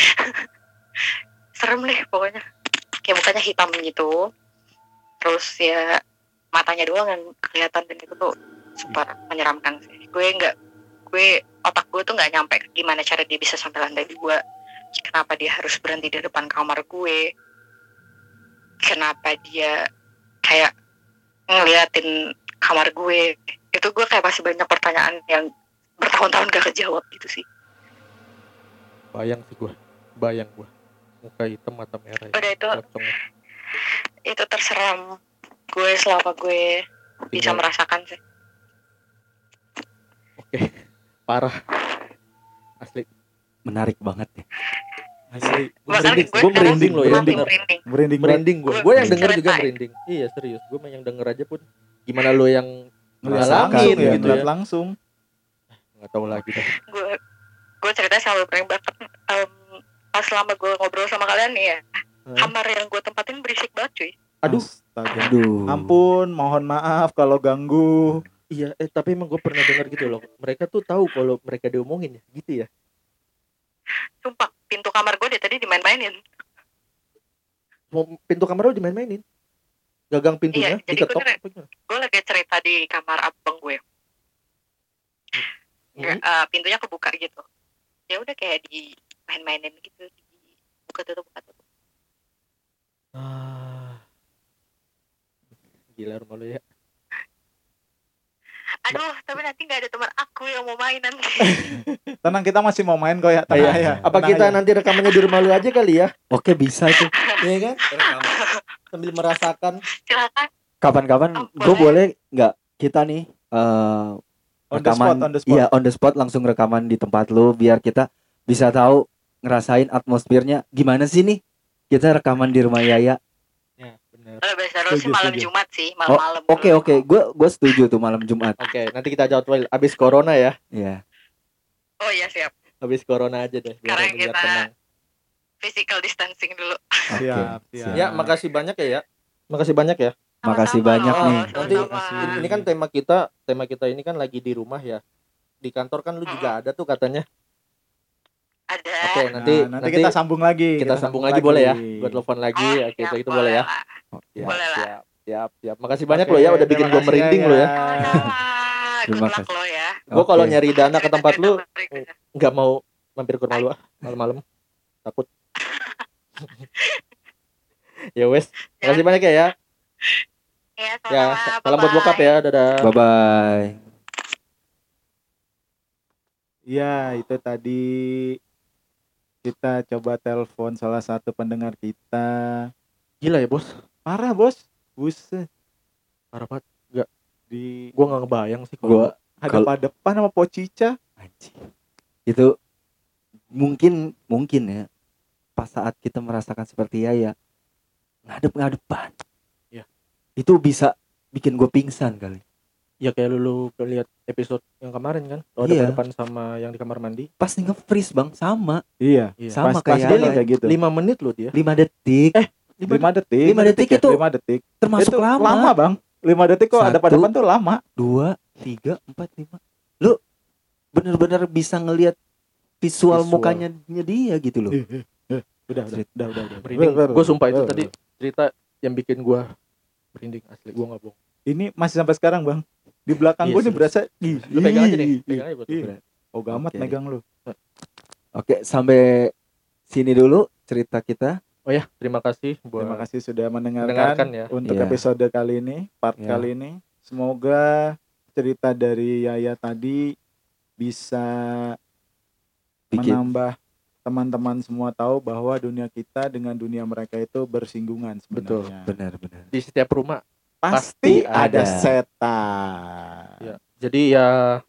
Serem deh pokoknya, kayak mukanya hitam gitu, terus ya matanya doang yang kelihatan, dan itu tuh super menyeramkan sih. Gue nggak, gue otak gue tuh nggak nyampe gimana cara dia bisa sampai lantai dua, kenapa dia harus berhenti di depan kamar gue, kenapa dia kayak ngeliatin kamar gue. Itu gue kayak masih banyak pertanyaan yang bertahun-tahun gak kejawab gitu sih. Bayang sih gue, bayang gue. Muka hitam, mata merah. Udah itu, Pocong. itu terseram gue selama gue bisa Tinggal- merasakan sih. Oke, parah. Asli. Menarik banget ya. Asli. Gue Bahkan merinding, gue gue sekarang merinding loh ya. masih Bener. merinding. Merinding banget. Merinding gue. Gue- Gue yang gue denger juga ceritain. merinding. Iya serius, gue yang denger aja pun. Gimana lo yang Ngeliat ngalamin langsung ya, gitu ngeliat ya. langsung. Nggak tahu lagi dah. Gue gue ceritanya selalu prank banget. Um, pas selama gue ngobrol sama kalian nih ya, Hah? kamar yang gue tempatin berisik banget cuy. Aduh. Astaga. Aduh. Ampun, mohon maaf kalau ganggu. Iya, eh tapi emang gue pernah dengar gitu loh. Mereka tuh tahu kalau mereka diomongin ya, gitu ya. Sumpah, pintu kamar gue dari tadi dimain-mainin. Mau pintu kamar lu dimain-mainin. Gagang pintunya Iya, jadi diketok. gue- apa gimana? Gue lagi cerita di kamar abang gue. Nggak, Hmm. eh, pintunya kebuka gitu. Ya udah kayak di main-mainin gitu, buka tutup buka tutup. Ah. Gila rumah lu ya. Aduh, tapi nanti nggak ada teman aku yang mau main nanti. Tenang, kita masih mau main kok ya. Tenang Iya. ya. Apa tenang kita aja. nanti rekamannya di rumah lu aja kali ya? Oke, bisa tuh. Iya kan? Rekam. Sambil merasakan. Silakan. Kapan-kapan Oh, gue boleh. boleh nggak kita nih eh On the rekaman, spot, on the spot. iya on the spot langsung rekaman di tempat lu biar kita bisa tahu ngerasain atmosfernya gimana sih nih kita rekaman di rumah Yaya. Ya, benar. Kalau biasa lu sih Setuju, malam setuju. Jumat sih, Oh, malam-malam. oke oke, gue gue setuju tuh malam Jumat. Oke, nanti kita jadwal abis corona ya. Iya. Oh iya siap. Habis corona aja deh biar, Sekarang biar kita- tenang. Physical distancing dulu. Oke. Siap, siap. Ya, makasih banyak ya, ya. Makasih banyak ya. Makasih Sama-sama banyak loh, nih. Nanti sama-sama. ini kan tema kita, tema kita ini kan lagi di rumah ya. Di kantor kan lu juga ada tuh katanya. Ada. Oke, Nah, nanti nanti, kita sambung lagi. kita sambung lagi boleh ya. Gua telepon lagi, Oh, ya, gitu siap, itu boleh ya. lah. Siap, Boleh lah. siap, siap, siap. Makasih banyak Oke, lo ya udah bikin terima gua kasih merinding ya, lo ya. Sama-sama. Terima Good luck kasih. lo ya. Gua kalau Oke. nyari dana ke tempat lu Cerita-cerita berikutnya. nggak mau mampir ke rumah lu ah malam-malam. Takut. Ya wes, makasih banyak ya ya. Ya, Ya, sama-sama. salam buat Bye-bye. bokap ya. Dadah. Bye bye. Ya, itu tadi kita coba telepon salah satu pendengar kita. Gila ya, Bos. Parah, Bos. Buset. Parah banget. Di Gua nggak ngebayang sih kalau Gua hadap-hadapan sama Pocica. anjing. Itu mungkin mungkin ya pas saat kita merasakan seperti Yaya ngadep-ngadepan. Iya. Itu bisa bikin gue pingsan kali. ya kayak lu, lu lihat episode yang kemarin kan. Lo Iya. ada depan sama yang di kamar mandi. Pas nge-freeze Bang sama Iya. Iya. sama pas, pas kayak dia Yaya. kayak gitu. lima menit lo dia. lima detik Eh, lima detik. lima detik ya? itu lima detik. termasuk Itu lama. lama, Bang. lima detik kok Satu. hadap-hadapan tuh lama. Dua, tiga, empat, lima. Lu bener-bener bisa ngelihat visual, Visual. mukanya dia gitu loh. Udah, udah, udah, udah, udah. Merinding. Ber- ber- Gue sumpah itu ber- tadi cerita yang bikin gua merinding asli. Gua nggak bohong. Ini masih sampai sekarang, Bang. Di belakang Iya, gue nih serius. berasa ih, Lu pegang aja nih. ih, Pegang aja buat ih. lu. Oh, gamat Oke. megang lu. Oke, sampai sini dulu cerita kita. Oh ya, terima kasih buat Terima kasih sudah mendengarkan, mendengarkan ya. untuk Iya. episode kali ini, part Iya. kali ini. Semoga cerita dari Yaya tadi bisa Bikin menambah teman-teman semua tahu bahwa dunia kita dengan dunia mereka itu bersinggungan Betul. sebenarnya. benar-benar. Di setiap rumah. Pasti Pasti ada ada. setan. Ya. Jadi ya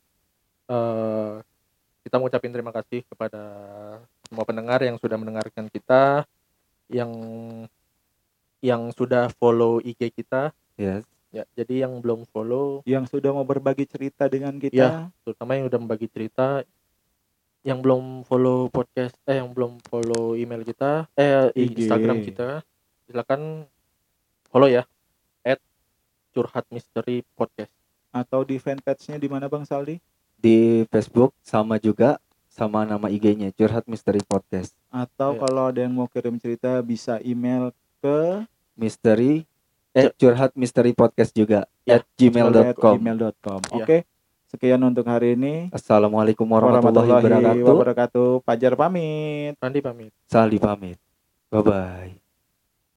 eh kita mau ucapin terima kasih kepada semua pendengar yang sudah mendengarkan kita, yang yang sudah follow I G kita. Yes. Ya, jadi yang belum follow, Yang sudah mau berbagi cerita dengan kita. Ya. terutama yang udah membagi cerita, yang belum follow podcast, eh yang belum follow email kita, eh I G. Instagram kita, silakan follow ya, at curhat misteri podcast. Atau di fanpage-nya di mana, Bang Saldi? Di Facebook sama juga sama nama I G-nya Curhat Misteri Podcast. Atau Iya. kalau ada yang mau kirim cerita bisa email ke Misteri eh Curhat Misteri Podcast juga Ya. at gmail dot com. gmail dot com. Iya. Oke. Sekian untuk hari ini. Assalamualaikum warahmatullahi wabarakatuh. wabarakatuh. Fajar pamit. Randi pamit. Saldi pamit. Bye bye.